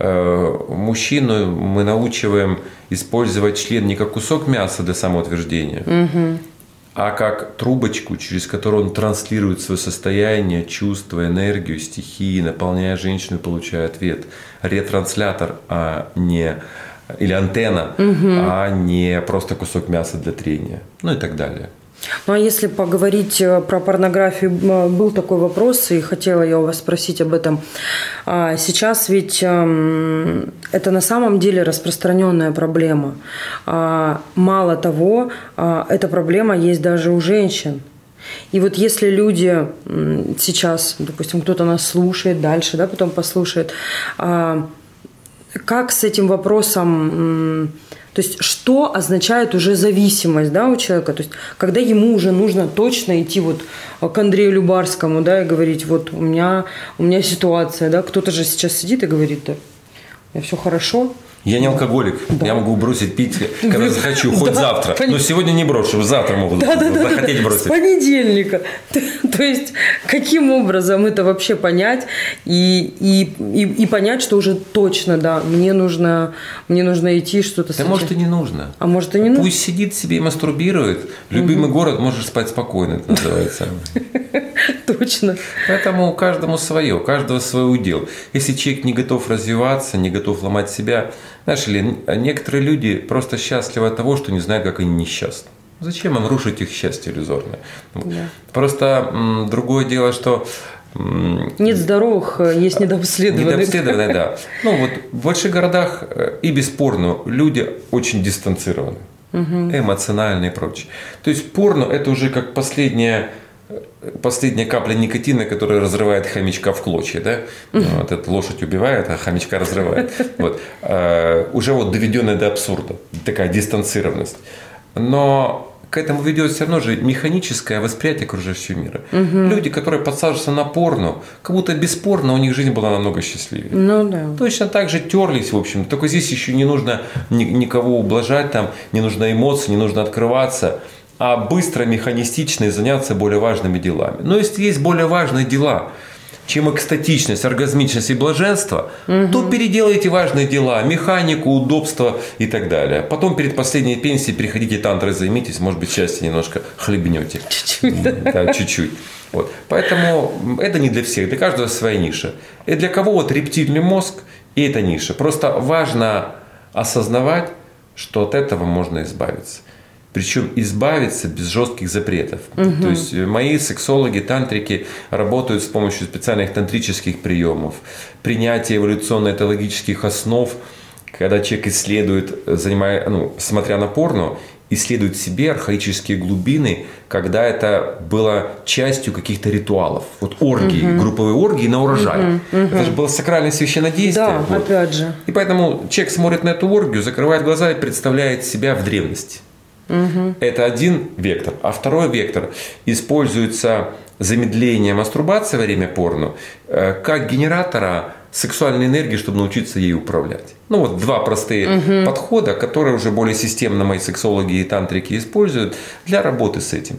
Мужчину мы научиваем использовать член не как кусок мяса для самоутверждения, угу. а как трубочку, через которую он транслирует свое состояние, чувства, энергию, стихии, наполняя женщину и получая ответ. Ретранслятор, а не или антенна, угу. а не просто кусок мяса для трения, ну и так далее. Ну а если поговорить про порнографию, был такой вопрос, и хотела я у вас спросить об этом. Сейчас ведь это на самом деле распространенная проблема. Мало того, эта проблема есть даже у женщин. И вот если люди сейчас, допустим, кто-то нас слушает дальше, да, потом послушает, как с этим вопросом, то есть что означает уже зависимость, да, у человека, то есть когда ему уже нужно точно идти вот к Андрею Любарскому, да, и говорить, вот у меня, у меня ситуация, да, кто-то же сейчас сидит и говорит, да, у меня все хорошо. Я не алкоголик, да. я могу бросить пить, когда захочу, хоть да, завтра. Пон... Но сегодня не брошу, завтра могу да, захотеть да, да, бросить. С понедельника. То есть, каким образом это вообще понять и, и, и, и понять, что уже точно, да, мне нужно, мне нужно идти что-то с этим. Да может и не нужно. А может и не нужно. Пусть сидит себе и мастурбирует. Любимый угу. город, можешь спать спокойно, это называется. Точно. Поэтому каждому свое, каждого свой удел. Если человек не готов развиваться, не готов ломать себя, знаешь ли, некоторые люди просто счастливы от того, что не знают, как они несчастны. Зачем им рушить их счастье иллюзорное? Да. Просто м, другое дело, что... М, нет здоровых, есть недообследованных. Недообследованные, да. Ну вот в больших городах и бесспорно люди очень дистанцированы. Угу. Эмоционально и прочее. То есть порно это уже как последняя... Последняя капля никотина, которая разрывает хомячка в клочья, да? Вот эта лошадь убивает, а хомячка разрывает. Вот. А, уже вот доведенная до абсурда, такая дистанцированность. Но к этому ведет все равно же механическое восприятие окружающего мира. Угу. Люди, которые подсаживаются на порно, как будто без порно у них жизнь была намного счастливее. Ну, да. Точно так же терлись, в общем. Только здесь еще не нужно никого ублажать, там, не нужно эмоций, не нужно открываться. А быстро, механистично и заняться более важными делами. Но если есть более важные дела, чем экстатичность, оргазмичность и блаженство, угу. то переделайте важные дела, механику, удобство и так далее. Потом перед последней пенсией приходите тантрой займитесь, может быть, счастье немножко хлебнете. Чуть-чуть. Да, чуть-чуть. Вот. Поэтому это не для всех, для каждого своя ниша. И для кого вот рептильный мозг и эта ниша. Просто важно осознавать, что от этого можно избавиться. Причем избавиться без жестких запретов. Угу. То есть мои сексологи, тантрики работают с помощью специальных тантрических приемов, принятия эволюционно-этологических основ, когда человек исследует, занимая, ну, смотря на порно, исследует в себе архаические глубины, когда это было частью каких-то ритуалов. Вот оргии, угу. групповые оргии на урожай. Угу. Угу. Это же было сакральное священнодействие. Да, вот. Опять же. И поэтому человек смотрит на эту оргию, закрывает глаза и представляет себя в древности. Угу. Это один вектор. А второй вектор используется замедление мастурбации во время порно как генератора сексуальной энергии, чтобы научиться ей управлять. Ну вот два простые угу. подхода, которые уже более системно мои сексологи и тантрики используют для работы с этим.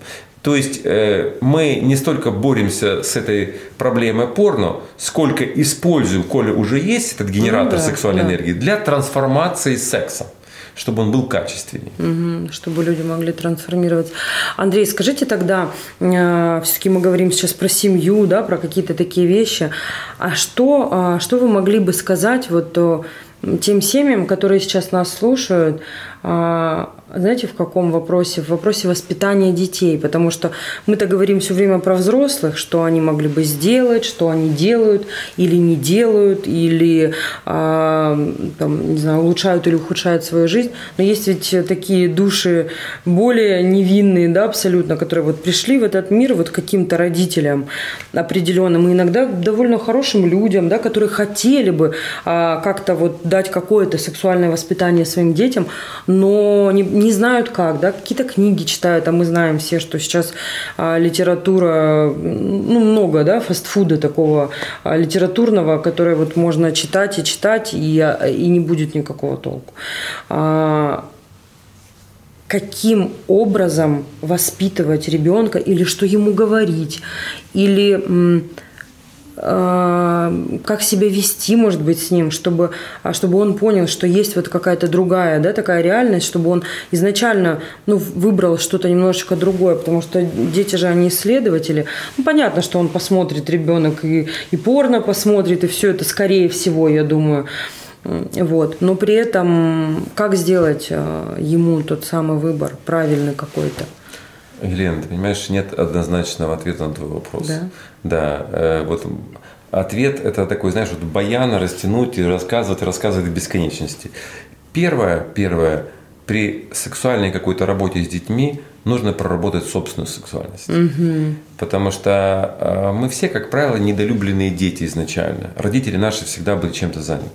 То есть э, мы не столько боремся с этой проблемой порно, сколько используем, коли уже есть этот генератор ну, да, сексуальной да. энергии, для трансформации секса, чтобы он был качественнее. Угу, чтобы люди могли трансформироваться. Андрей, скажите тогда, э, все-таки мы говорим сейчас про семью, да, про какие-то такие вещи. А что, э, что вы могли бы сказать вот э, тем семьям, которые сейчас нас слушают, э, знаете, в каком вопросе? В вопросе воспитания детей. Потому что мы-то говорим все время про взрослых, что они могли бы сделать, что они делают или не делают, или э, там, не знаю, улучшают или ухудшают свою жизнь. Но есть ведь такие души более невинные, да, абсолютно, которые вот пришли в этот мир вот каким-то родителям определенным, и иногда довольно хорошим людям, да, которые хотели бы э, как-то вот дать какое-то сексуальное воспитание своим детям, но не не знают как, да, какие-то книги читают, а мы знаем все, что сейчас а, литература, ну, много, да, фастфуда такого а, литературного, которое вот можно читать и читать, и, и не будет никакого толку. А, каким образом воспитывать ребенка, или что ему говорить, или как себя вести, может быть, с ним, чтобы, чтобы он понял, что есть вот какая-то другая, да, такая реальность, чтобы он изначально, ну, выбрал что-то немножечко другое, потому что дети же, они исследователи. Ну, понятно, что он посмотрит, ребенок, и, и порно посмотрит, и все это, скорее всего, я думаю. Вот. Но при этом как сделать ему тот самый выбор, правильный какой-то? Елена, ты понимаешь, нет однозначного ответа на твой вопрос. Да. Да, э, вот ответ – это такой, знаешь, вот баян растянуть и рассказывать, и рассказывать до бесконечности. Первое, первое, при сексуальной какой-то работе с детьми нужно проработать собственную сексуальность. Угу. Потому что э, мы все, как правило, недолюбленные дети изначально. Родители наши всегда были чем-то заняты.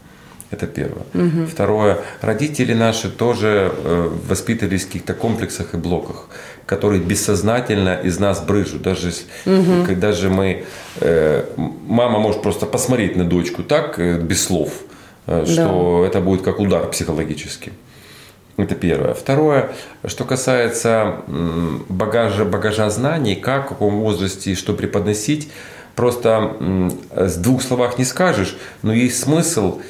Это первое. Угу. Второе. Родители наши тоже э, воспитывались в каких-то комплексах и блоках, которые бессознательно из нас брызжут. Даже угу. когда же мы... Э, мама может просто посмотреть на дочку так, э, без слов, э, что да. это будет как удар психологический. Это первое. Второе. Что касается э, багажа, багажа знаний, как, в каком возрасте и что преподносить, просто э, с двух словах не скажешь, но есть смысл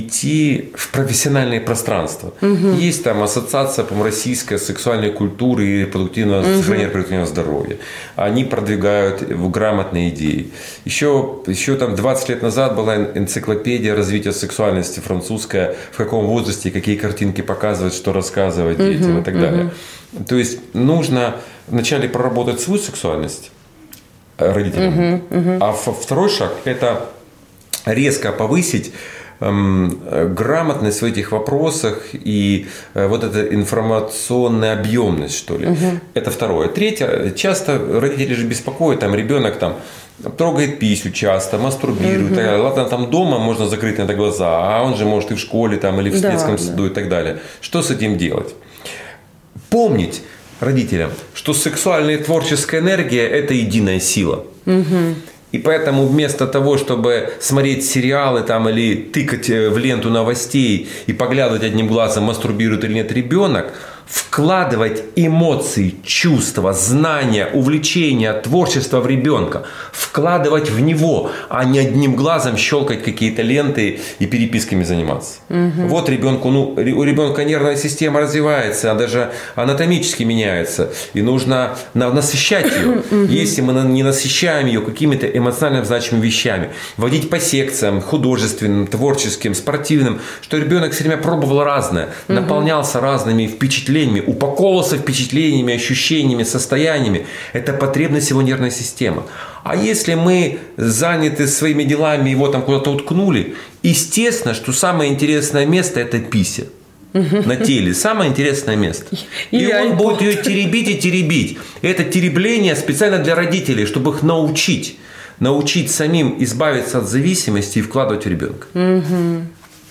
идти в профессиональное пространство. Угу. Есть там ассоциация, по-моему, российская сексуальной культуры и репродуктивного, угу. сохранения репродуктивного здоровья. Они продвигают грамотные идеи. Еще, еще там двадцать лет назад была энциклопедия развития сексуальности французская, в каком возрасте, какие картинки показывать, что рассказывать угу. детям и так угу. далее. То есть нужно вначале проработать свою сексуальность родителям, угу. Угу. а второй шаг – это резко повысить грамотность в этих вопросах и вот эта информационная объемность, что ли. Угу. Это второе. Третье. Часто родители же беспокоят, там ребенок там трогает писю часто, мастурбирует. Угу. Ладно, там дома можно закрыть на это глаза, а он же может и в школе там, или в да, детском саду да. и так далее. Что с этим делать? Помнить родителям, что сексуальная и творческая энергия – это единая сила. Угу. И поэтому вместо того, чтобы смотреть сериалы там, или тыкать в ленту новостей и поглядывать одним глазом, мастурбирует или нет ребенок, вкладывать эмоции, чувства, знания, увлечения, творчество в ребенка, вкладывать в него, а не одним глазом щелкать какие-то ленты и переписками заниматься. Угу. Вот ребенку, ну, у ребенка нервная система развивается, она даже анатомически меняется, и нужно насыщать ее. Угу. Если мы не насыщаем ее какими-то эмоционально значимыми вещами, водить по секциям, художественным, творческим, спортивным, что ребенок все время пробовал разное, угу. наполнялся разными впечатлениями, упаковывался впечатлениями, ощущениями, состояниями. Это потребность его нервной системы. А если мы заняты своими делами, его там куда-то уткнули, естественно, что самое интересное место – это пися. Угу. На теле. Самое интересное место. И, и он будет ее теребить и теребить. Это теребление специально для родителей, чтобы их научить. Научить самим избавиться от зависимости и вкладывать в ребенка. Угу.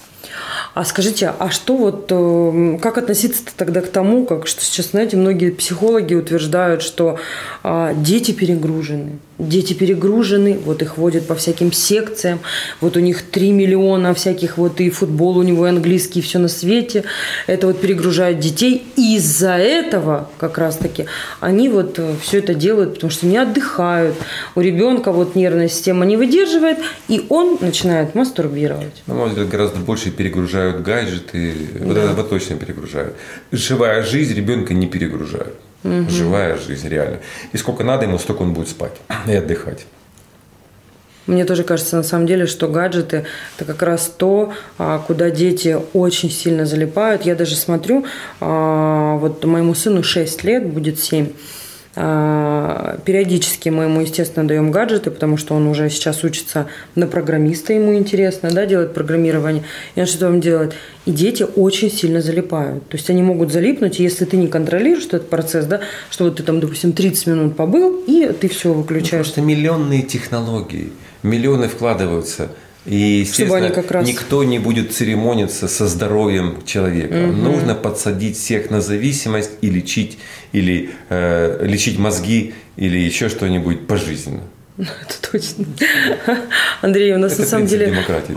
А скажите, а что вот, как относиться тогда к тому, как что сейчас, знаете, многие психологи утверждают, что а, дети перегружены, Дети перегружены, вот их водят по всяким секциям, вот у них три миллиона всяких, вот и футбол у него, и английский, и все на свете. Это вот перегружает детей. И из-за этого как раз-таки они вот все это делают, потому что не отдыхают. У ребенка вот нервная система не выдерживает, и он начинает мастурбировать. На мой взгляд, гораздо больше перегружают гаджеты, да. Вот это вот точно перегружают. Живая жизнь ребенка не перегружает. Угу. Живая жизнь, реально. И сколько надо ему, столько он будет спать и отдыхать. Мне тоже кажется, на самом деле, что гаджеты – это как раз то, куда дети очень сильно залипают. Я даже смотрю, вот моему сыну шесть лет, будет семь. Периодически мы ему, естественно, даем гаджеты, потому что он уже сейчас учится на программиста, ему интересно, да, делать программирование. И он что там делает? И дети очень сильно залипают. То есть они могут залипнуть, если ты не контролируешь этот процесс, да, что вот ты там, допустим, тридцать минут побыл, и ты все выключаешь. Ну, просто миллионные технологии, миллионы вкладываются. И, естественно, как раз... никто не будет церемониться со здоровьем человека. Угу. Нужно подсадить всех на зависимость и лечить, или э, лечить мозги, или еще что-нибудь пожизненно. Это точно. Андрей, у нас это на самом деле... демократии.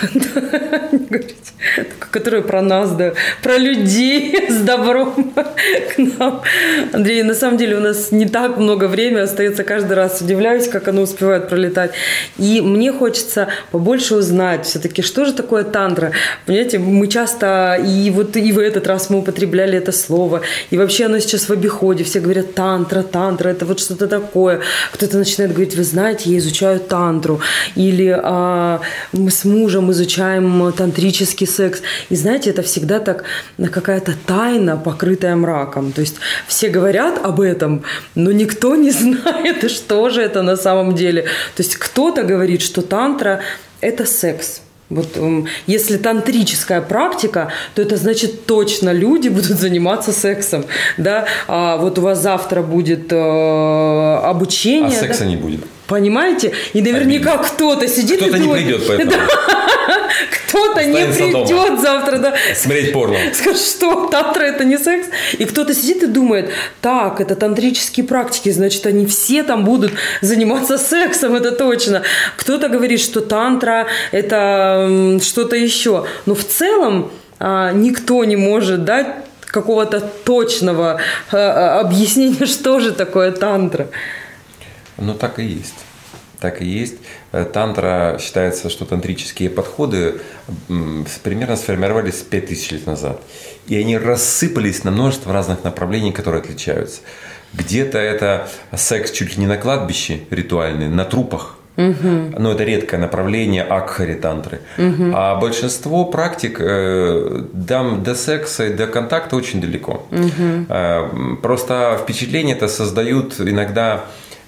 Которая про нас, да, про людей с добром к нам. Андрей, на самом деле у нас не так много времени остается, каждый раз удивляюсь, как оно успевает пролетать. И мне хочется побольше узнать все-таки, что же такое тантра. Понимаете, мы часто, и вот и в этот раз мы употребляли это слово, и вообще оно сейчас в обиходе, все говорят тантра, тантра, это вот что-то такое. Кто-то начинает говорить, вы знаете, я изучаю тантру, или а, мы с мужем изучаем тантрический секс. И знаете, это всегда так какая-то тайна, покрытая мраком. То есть все говорят об этом, но никто не знает, что же это на самом деле. То есть кто-то говорит, что тантра – это секс. Вот, если тантрическая практика, то это значит точно люди будут заниматься сексом, да. А вот у вас завтра будет э, обучение, а секса да? не будет. Понимаете? И наверняка обидно. Кто-то сидит кто-то и думает, не придет, поэтому. Да. Кто-то не придет дома. Завтра, да. Смотреть порно. Скажет, что тантра это не секс. И кто-то сидит и думает, так, это тантрические практики, значит, они все там будут заниматься сексом, это точно. Кто-то говорит, что тантра это что-то еще. Но в целом а, никто не может дать какого-то точного а, объяснения, что же такое тантра. Ну, так и есть. Так и есть. Тантра считается, что тантрические подходы примерно сформировались пять тысяч лет назад. И они рассыпались на множество разных направлений, которые отличаются. Где-то это секс чуть ли не на кладбище ритуальный, на трупах. Угу. Но это редкое направление акхари тантры. Угу. А большинство практик э, до, до секса и до контакта очень далеко. Угу. Э, просто впечатление это создают иногда,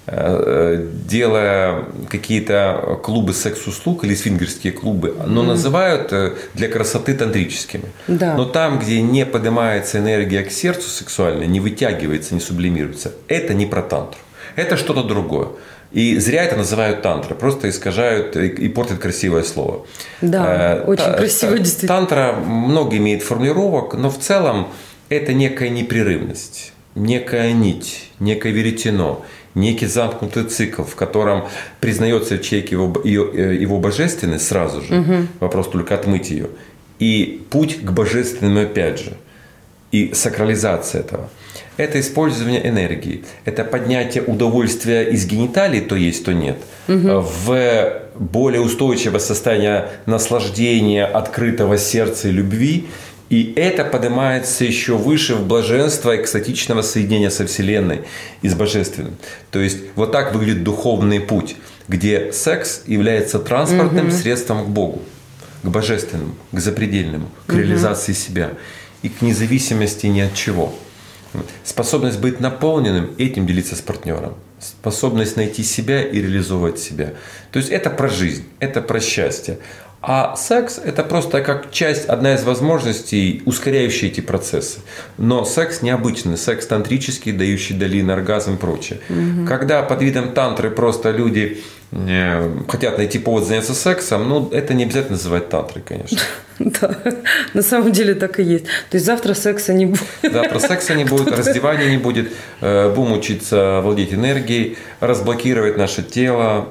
делая какие-то клубы секс-услуг или свингерские клубы, но mm-hmm. называют для красоты тантрическими. Да. Но там, где не поднимается энергия к сердцу сексуальной, не вытягивается, не сублимируется, это не про тантру. Это что-то другое. И зря это называют тантрой, просто искажают и портят красивое слово. Да, э, очень та, красиво, та, действительно. Тантра много имеет формулировок, но в целом это некая непрерывность, некая нить, некое веретено, некий замкнутый цикл, в котором признается в человеке его, его божественность сразу же, угу. Вопрос только отмыть ее, и путь к божественному опять же, и сакрализация этого. Это использование энергии, это поднятие удовольствия из гениталий, то есть, то нет, угу. в более устойчивое состояние наслаждения, открытого сердца и любви. И это поднимается еще выше в блаженство экстатичного соединения со Вселенной и с Божественным. То есть вот так выглядит духовный путь, где секс является транспортным угу. средством к Богу, к Божественному, к запредельному, к угу. реализации себя и к независимости ни от чего. Способность быть наполненным, этим делиться с партнером. Способность найти себя и реализовывать себя. То есть это про жизнь, это про счастье. А секс – это просто как часть, одна из возможностей, ускоряющая эти процессы. Но секс необычный, секс тантрический, дающий долин, оргазм и прочее. Угу. Когда под видом тантры просто люди хотят найти повод заняться сексом, ну, это не обязательно называть тантрой, конечно. Да, на самом деле так и есть. То есть завтра секса не будет. Завтра секса не будет, раздевания не будет. Будем учиться владеть энергией, разблокировать наше тело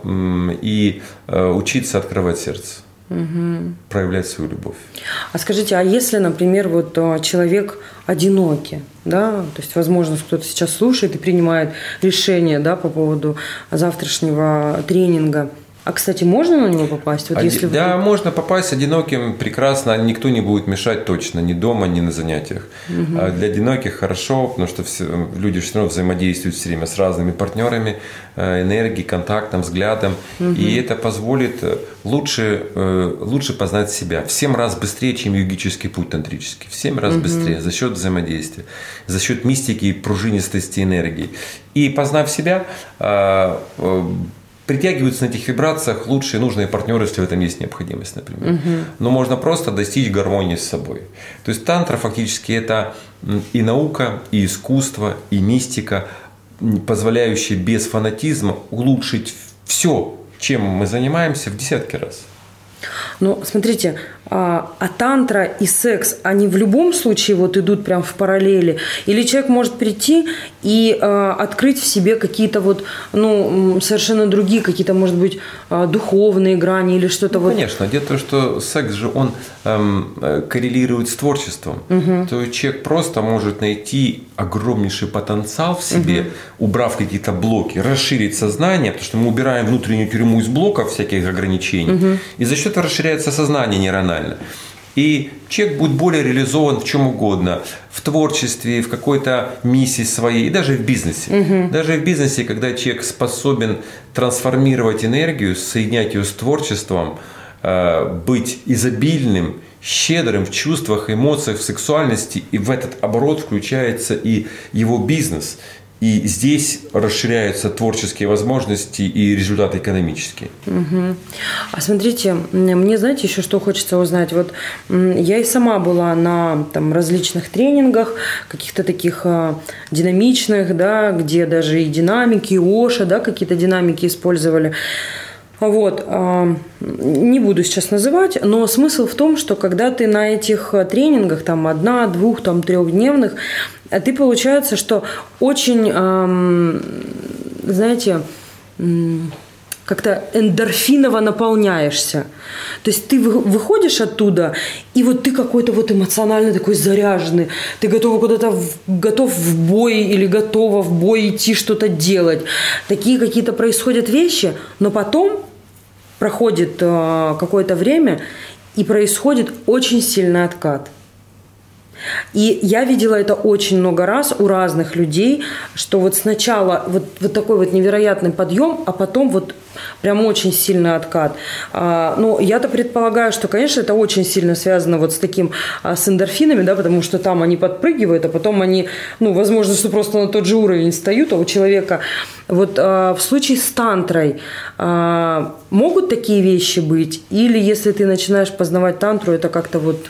и учиться открывать сердце. Угу. Проявлять свою любовь. А скажите, а если, например, вот человек одинокий, да, то есть, возможно, кто-то сейчас слушает и принимает решение, да, по поводу завтрашнего тренинга. А, кстати, можно на него попасть? Вот Оди... если Да, вы... можно попасть одиноким, прекрасно, никто не будет мешать точно, ни дома, ни на занятиях. Угу. А для одиноких хорошо, потому что все, люди все равно взаимодействуют все время с разными партнерами, энергией, контактом, взглядом, угу. и это позволит лучше, лучше познать себя в семь раз быстрее, чем йогический путь тантрический, в семь раз угу. быстрее за счет взаимодействия, за счет мистики и пружинистости энергии. И познав себя, притягиваются на этих вибрациях лучшие нужные партнеры, если в этом есть необходимость, например. Угу. Но можно просто достичь гармонии с собой. То есть тантра фактически это и наука, и искусство, и мистика, позволяющая без фанатизма улучшить все, чем мы занимаемся, в десятки раз. Ну, смотрите, а, а тантра и секс, они в любом случае вот идут прям в параллели? Или человек может прийти и а, открыть в себе какие-то вот, ну, совершенно другие, какие-то, может быть, а, духовные грани или что-то ну, вот? Конечно. Дело в том, что секс же, он эм, коррелирует с творчеством. Угу. То есть человек просто может найти огромнейший потенциал в себе, угу. убрав какие-то блоки, расширить сознание, потому что мы убираем внутреннюю тюрьму из блоков всяких ограничений, угу. и за счет этого расширяется сознание нейронально. И человек будет более реализован в чем угодно, в творчестве, в какой-то миссии своей, и даже в бизнесе. Угу. Даже в бизнесе, когда человек способен трансформировать энергию, соединять ее с творчеством, быть изобильным, щедрым в чувствах, эмоциях, в сексуальности, и в этот оборот включается и его бизнес. И здесь расширяются творческие возможности и результаты экономические. Угу. А смотрите, мне, знаете, еще что хочется узнать. Вот я и сама была на там, различных тренингах, каких-то таких а, динамичных, да, где даже и динамики, и Оша, да, какие-то динамики использовали. Вот, не буду сейчас называть, но смысл в том, что когда ты на этих тренингах, там, одна, двух, там, трехдневных, ты, получается, что очень, знаете, как-то эндорфиново наполняешься. То есть ты выходишь оттуда, и вот ты какой-то вот эмоционально такой заряженный, ты готов куда-то в, готов в бой или готова в бой идти что-то делать. Такие какие-то происходят вещи, но потом проходит э, какое-то время, и происходит очень сильный откат. И я видела это очень много раз у разных людей, что вот сначала вот, вот такой вот невероятный подъем, а потом вот прям очень сильный откат. А, ну, я-то предполагаю, что, конечно, это очень сильно связано вот с таким, а, с эндорфинами, да, потому что там они подпрыгивают, а потом они, ну, возможно, что просто на тот же уровень встают, а у человека вот а, в случае с тантрой а, могут такие вещи быть? Или если ты начинаешь познавать тантру, это как-то вот...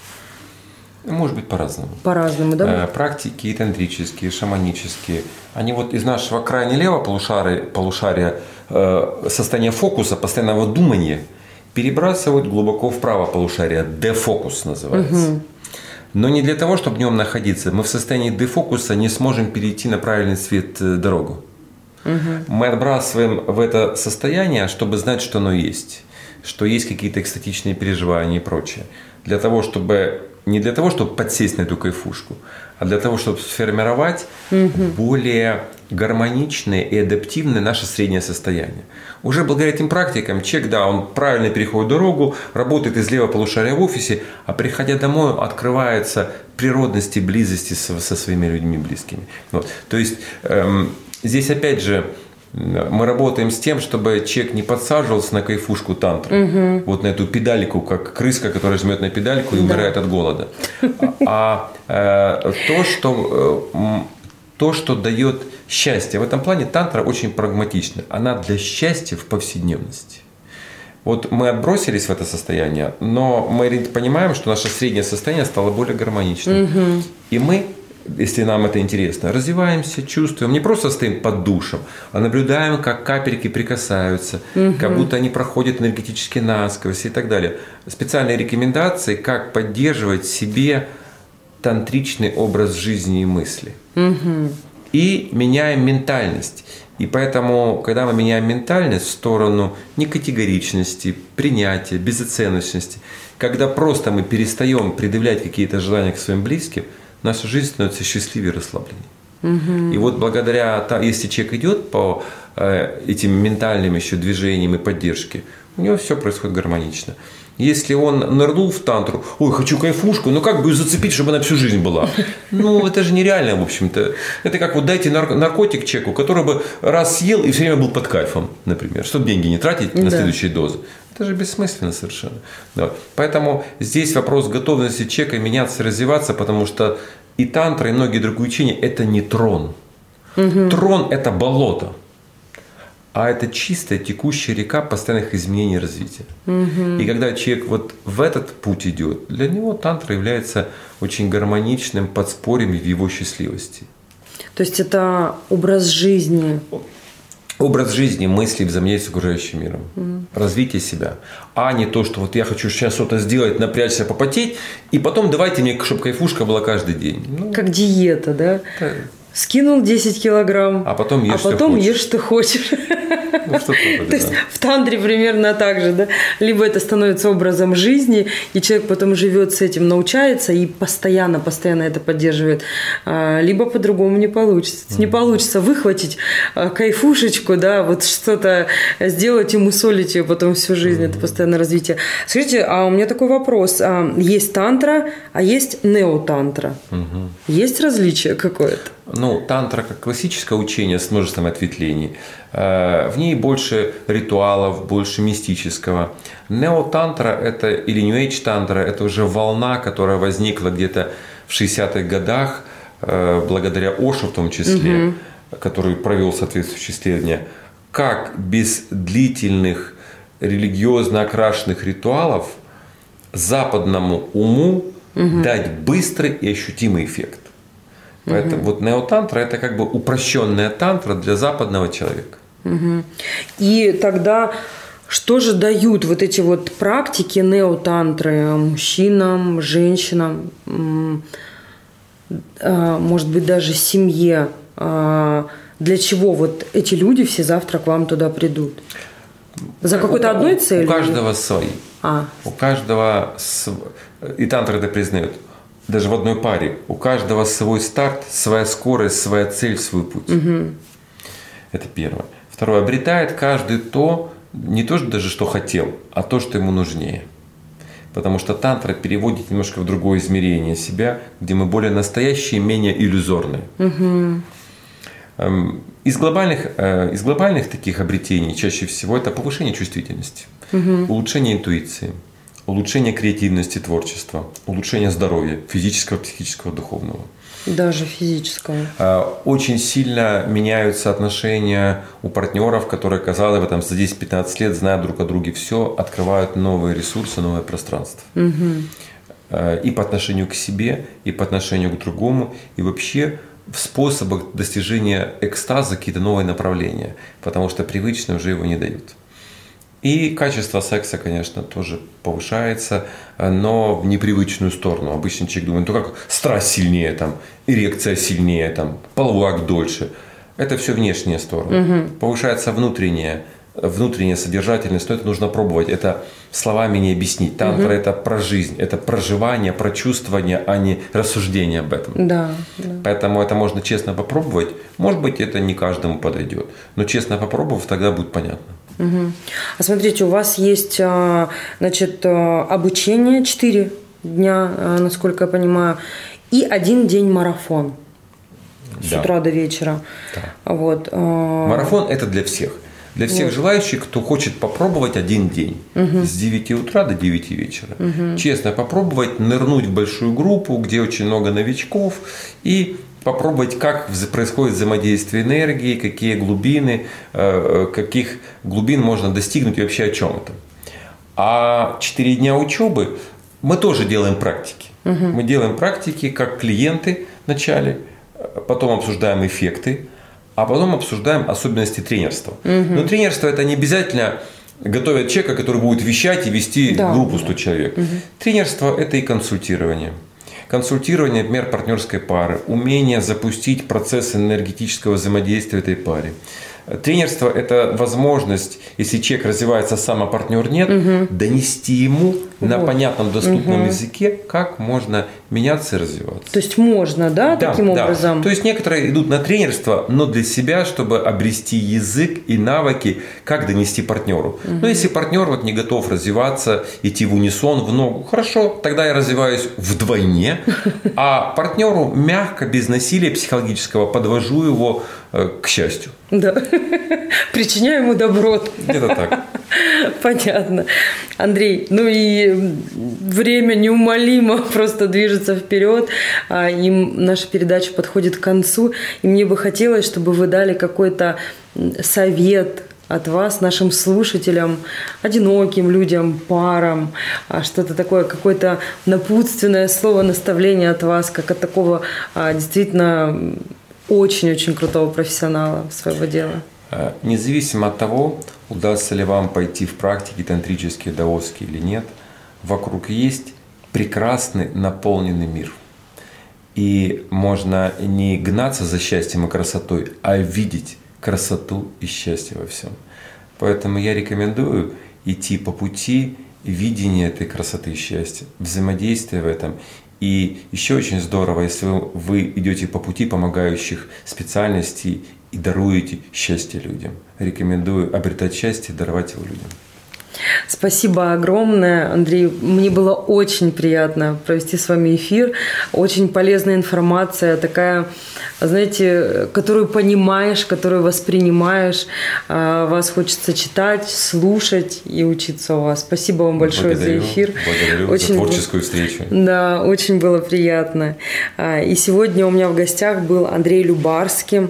Может быть, по-разному. По-разному, да? Практики тантрические, шаманические, они вот из нашего крайне левого полушария, полушария состояния фокуса, постоянного думания, перебрасывают глубоко вправо полушарие, дефокус называется. Угу. Но не для того, чтобы в нем находиться. Мы в состоянии дефокуса не сможем перейти на правильный цвет дорогу. Угу. Мы отбрасываем в это состояние, чтобы знать, что оно есть. Что есть какие-то экстатичные переживания и прочее. Для того, чтобы... Не для того, чтобы подсесть на эту кайфушку, а для того, чтобы сформировать угу. более гармоничное и адаптивное наше среднее состояние. Уже благодаря этим практикам человек, да, он правильно переходит дорогу, работает из левого полушария в офисе, а приходя домой, открывается природность и близости со, со своими людьми близкими. Вот. То есть эм, здесь опять же мы работаем с тем, чтобы человек не подсаживался на кайфушку тантры, угу. вот на эту педальку, как крыска, которая жмет на педальку и умирает да. от голода. А, а э, то, что, э, то, что дает счастье, в этом плане тантра очень прагматична. Она для счастья в повседневности. Вот мы отбросились в это состояние, но мы понимаем, что наше среднее состояние стало более гармоничным. Угу. И мы, если нам это интересно, развиваемся, чувствуем, не просто стоим под душем, а наблюдаем, как капельки прикасаются, угу. как будто они проходят энергетически насквозь и так далее. Специальные рекомендации, как поддерживать в себе тантричный образ жизни и мысли. Угу. И меняем ментальность. И поэтому, когда мы меняем ментальность в сторону некатегоричности, принятия, безоценочности, когда просто мы перестаем предъявлять какие-то желания к своим близким, наша жизнь становится счастливее и расслабленнее. Угу. И вот благодаря, если человек идет по э, этим ментальным еще движениям и поддержке, у него все происходит гармонично. Если он нырнул в тантру, ой, хочу кайфушку, но как бы ее зацепить, чтобы она всю жизнь была? Ну, это же нереально, в общем-то. Это как вот дайте наркотик человеку, который бы раз съел и все время был под кайфом, например, чтобы деньги не тратить на да. следующие дозы. Это же бессмысленно совершенно. Да. Поэтому здесь вопрос готовности человека меняться, развиваться, потому что и тантра, и многие другие учения – это не трон. Угу. Трон – это болото. А это чистая текущая река постоянных изменений и развития. Угу. И когда человек вот в этот путь идет, для него тантра является очень гармоничным подспорьем в его счастливости. То есть это образ жизни. Образ жизни, мысли, взаимодействия с окружающим миром. Угу. Развитие себя. А не то, что вот я хочу сейчас что-то сделать, напрячься, попотеть, и потом давайте мне, чтобы кайфушка была каждый день. Ну, как диета, да? да. Скинул десять килограмм, а потом ешь, а потом что ешь, что хочешь. Ну, что такое, То есть в тантре примерно так же, да? Либо это становится образом жизни, и человек потом живет с этим, научается и постоянно, постоянно это поддерживает. Либо по-другому не получится. Mm-hmm. Не получится выхватить кайфушечку, да, вот что-то сделать и мусолить ее потом всю жизнь. Mm-hmm. Это постоянное развитие. Скажите, а у меня такой вопрос. Есть тантра, а есть неотантра. Mm-hmm. Есть различие какое-то? Ну, тантра как классическое учение с множеством ответвлений. В ней больше ритуалов, больше мистического. Неотантра это, или New Age тантра, это уже волна, которая возникла где-то в шестидесятых годах, благодаря Ошу в том числе, угу. который провел соответствующие исследования. Как без длительных религиозно окрашенных ритуалов западному уму угу. дать быстрый и ощутимый эффект. Поэтому угу. вот неотантра это как бы упрощенная тантра для западного человека. Угу. И тогда что же дают вот эти вот практики неотантры мужчинам, женщинам, может быть даже семье? Для чего вот эти люди все завтра к вам туда придут? За какой-то у, одной целью? У каждого свои. А. У каждого и тантра это признает. Даже в одной паре. У каждого свой старт, своя скорость, своя цель, свой путь. Угу. Это первое. Второе. Обретает каждый то, не то что даже что хотел, а то, что ему нужнее. Потому что тантра переводит немножко в другое измерение себя, где мы более настоящие, менее иллюзорные. Угу. Из глобальных, из глобальных таких обретений чаще всего это повышение чувствительности, угу. улучшение интуиции, улучшение креативности, творчества, улучшение здоровья физического, психического, духовного. Даже физического. Очень сильно меняются отношения у партнеров, которые, казалось бы, там, за десять-пятнадцать лет, зная друг о друге все, открывают новые ресурсы, новое пространство. Угу. И по отношению к себе, и по отношению к другому, и вообще в способах достижения экстаза какие-то новые направления, потому что привычно уже его не дают. И качество секса, конечно, тоже повышается, но в непривычную сторону. Обычно человек думает, ну как страсть сильнее, там, эрекция сильнее, там, половой акт дольше. Это все внешняя сторона. Угу. Повышается внутренняя, внутренняя содержательность, но это нужно пробовать. Это словами не объяснить. Тантра угу. это про жизнь, это проживание, про чувствование, а не рассуждение об этом. Да, да. Поэтому это можно честно попробовать. Может быть, это не каждому подойдет. Но честно попробовав, тогда будет понятно. Угу. А смотрите, у вас есть, значит, обучение четыре дня, насколько я понимаю, и один день марафон с да. утра до вечера. Да. Вот. Марафон – это для всех. Для всех вот. желающих, кто хочет попробовать один день. Угу. С девяти утра до девяти вечера. Угу. Честно попробовать, нырнуть в большую группу, где очень много новичков, и попробовать, как происходит взаимодействие энергии, какие глубины, каких глубин можно достигнуть и вообще о чем это. А четыре дня учебы мы тоже делаем практики. Угу. Мы делаем практики как клиенты вначале, потом обсуждаем эффекты, а потом обсуждаем особенности тренерства. Угу. Но тренерство – это не обязательно готовят человека, который будет вещать и вести да. группу сто человек. Угу. Тренерство – это и консультирование. Консультирование, например, партнерской пары, умение запустить процесс энергетического взаимодействия в этой паре. Тренерство – это возможность, если человек развивается сам, а партнер нет, угу. донести ему вот. на понятном, доступном угу. языке, как можно меняться и развиваться. То есть можно, да, да таким да. образом? То есть некоторые идут на тренерство, но для себя, чтобы обрести язык и навыки, как донести партнеру. Угу. Но если партнер вот не готов развиваться, идти в унисон, в ногу, хорошо, тогда я развиваюсь вдвойне, а партнеру мягко, без насилия психологического подвожу его к счастью. Да. Причиняю ему добро. Где-то так. Понятно. Андрей, ну и время неумолимо просто движется вперед, и наша передача подходит к концу, и мне бы хотелось, чтобы вы дали какой-то совет от вас нашим слушателям, одиноким людям, парам, что-то такое, какое-то напутственное слово, наставление от вас, как от такого действительно очень-очень крутого профессионала своего дела. Независимо от того, удастся ли вам пойти в практики тантрические, даосские или нет, вокруг есть прекрасный наполненный мир. И можно не гнаться за счастьем и красотой, а видеть красоту и счастье во всем. Поэтому я рекомендую идти по пути видения этой красоты и счастья, взаимодействия в этом. И еще очень здорово, если вы идете по пути помогающих специальностей и даруете счастье людям. Рекомендую обретать счастье и даровать его людям. Спасибо огромное, Андрей. Мне было очень приятно провести с вами эфир. Очень полезная информация, такая, знаете, которую понимаешь, которую воспринимаешь. Вас хочется читать, слушать и учиться у вас. Спасибо вам большое благодарю, за эфир. Благодарю очень за творческую было, встречу. Да, очень было приятно. И сегодня у меня в гостях был Андрей Любарский,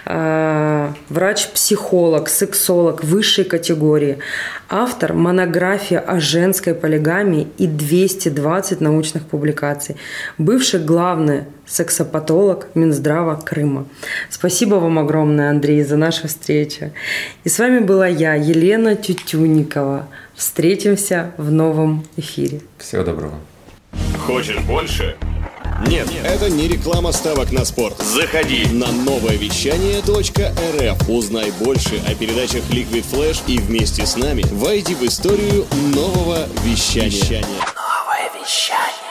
врач-психолог, сексолог высшей категории, автор монографии о женской полигамии и двести двадцать научных публикаций, бывший главный сексопатолог Минздрава Крыма. Спасибо вам огромное, Андрей, за нашу встречу. И с вами была я, Елена Тютюнникова. Встретимся в новом эфире. Всего доброго. Хочешь больше? Нет, это не реклама ставок на спорт. Заходи на новое вещание точка эр эф. Узнай больше о передачах Liquid Flash и вместе с нами войди в историю нового вещания. Новое вещание.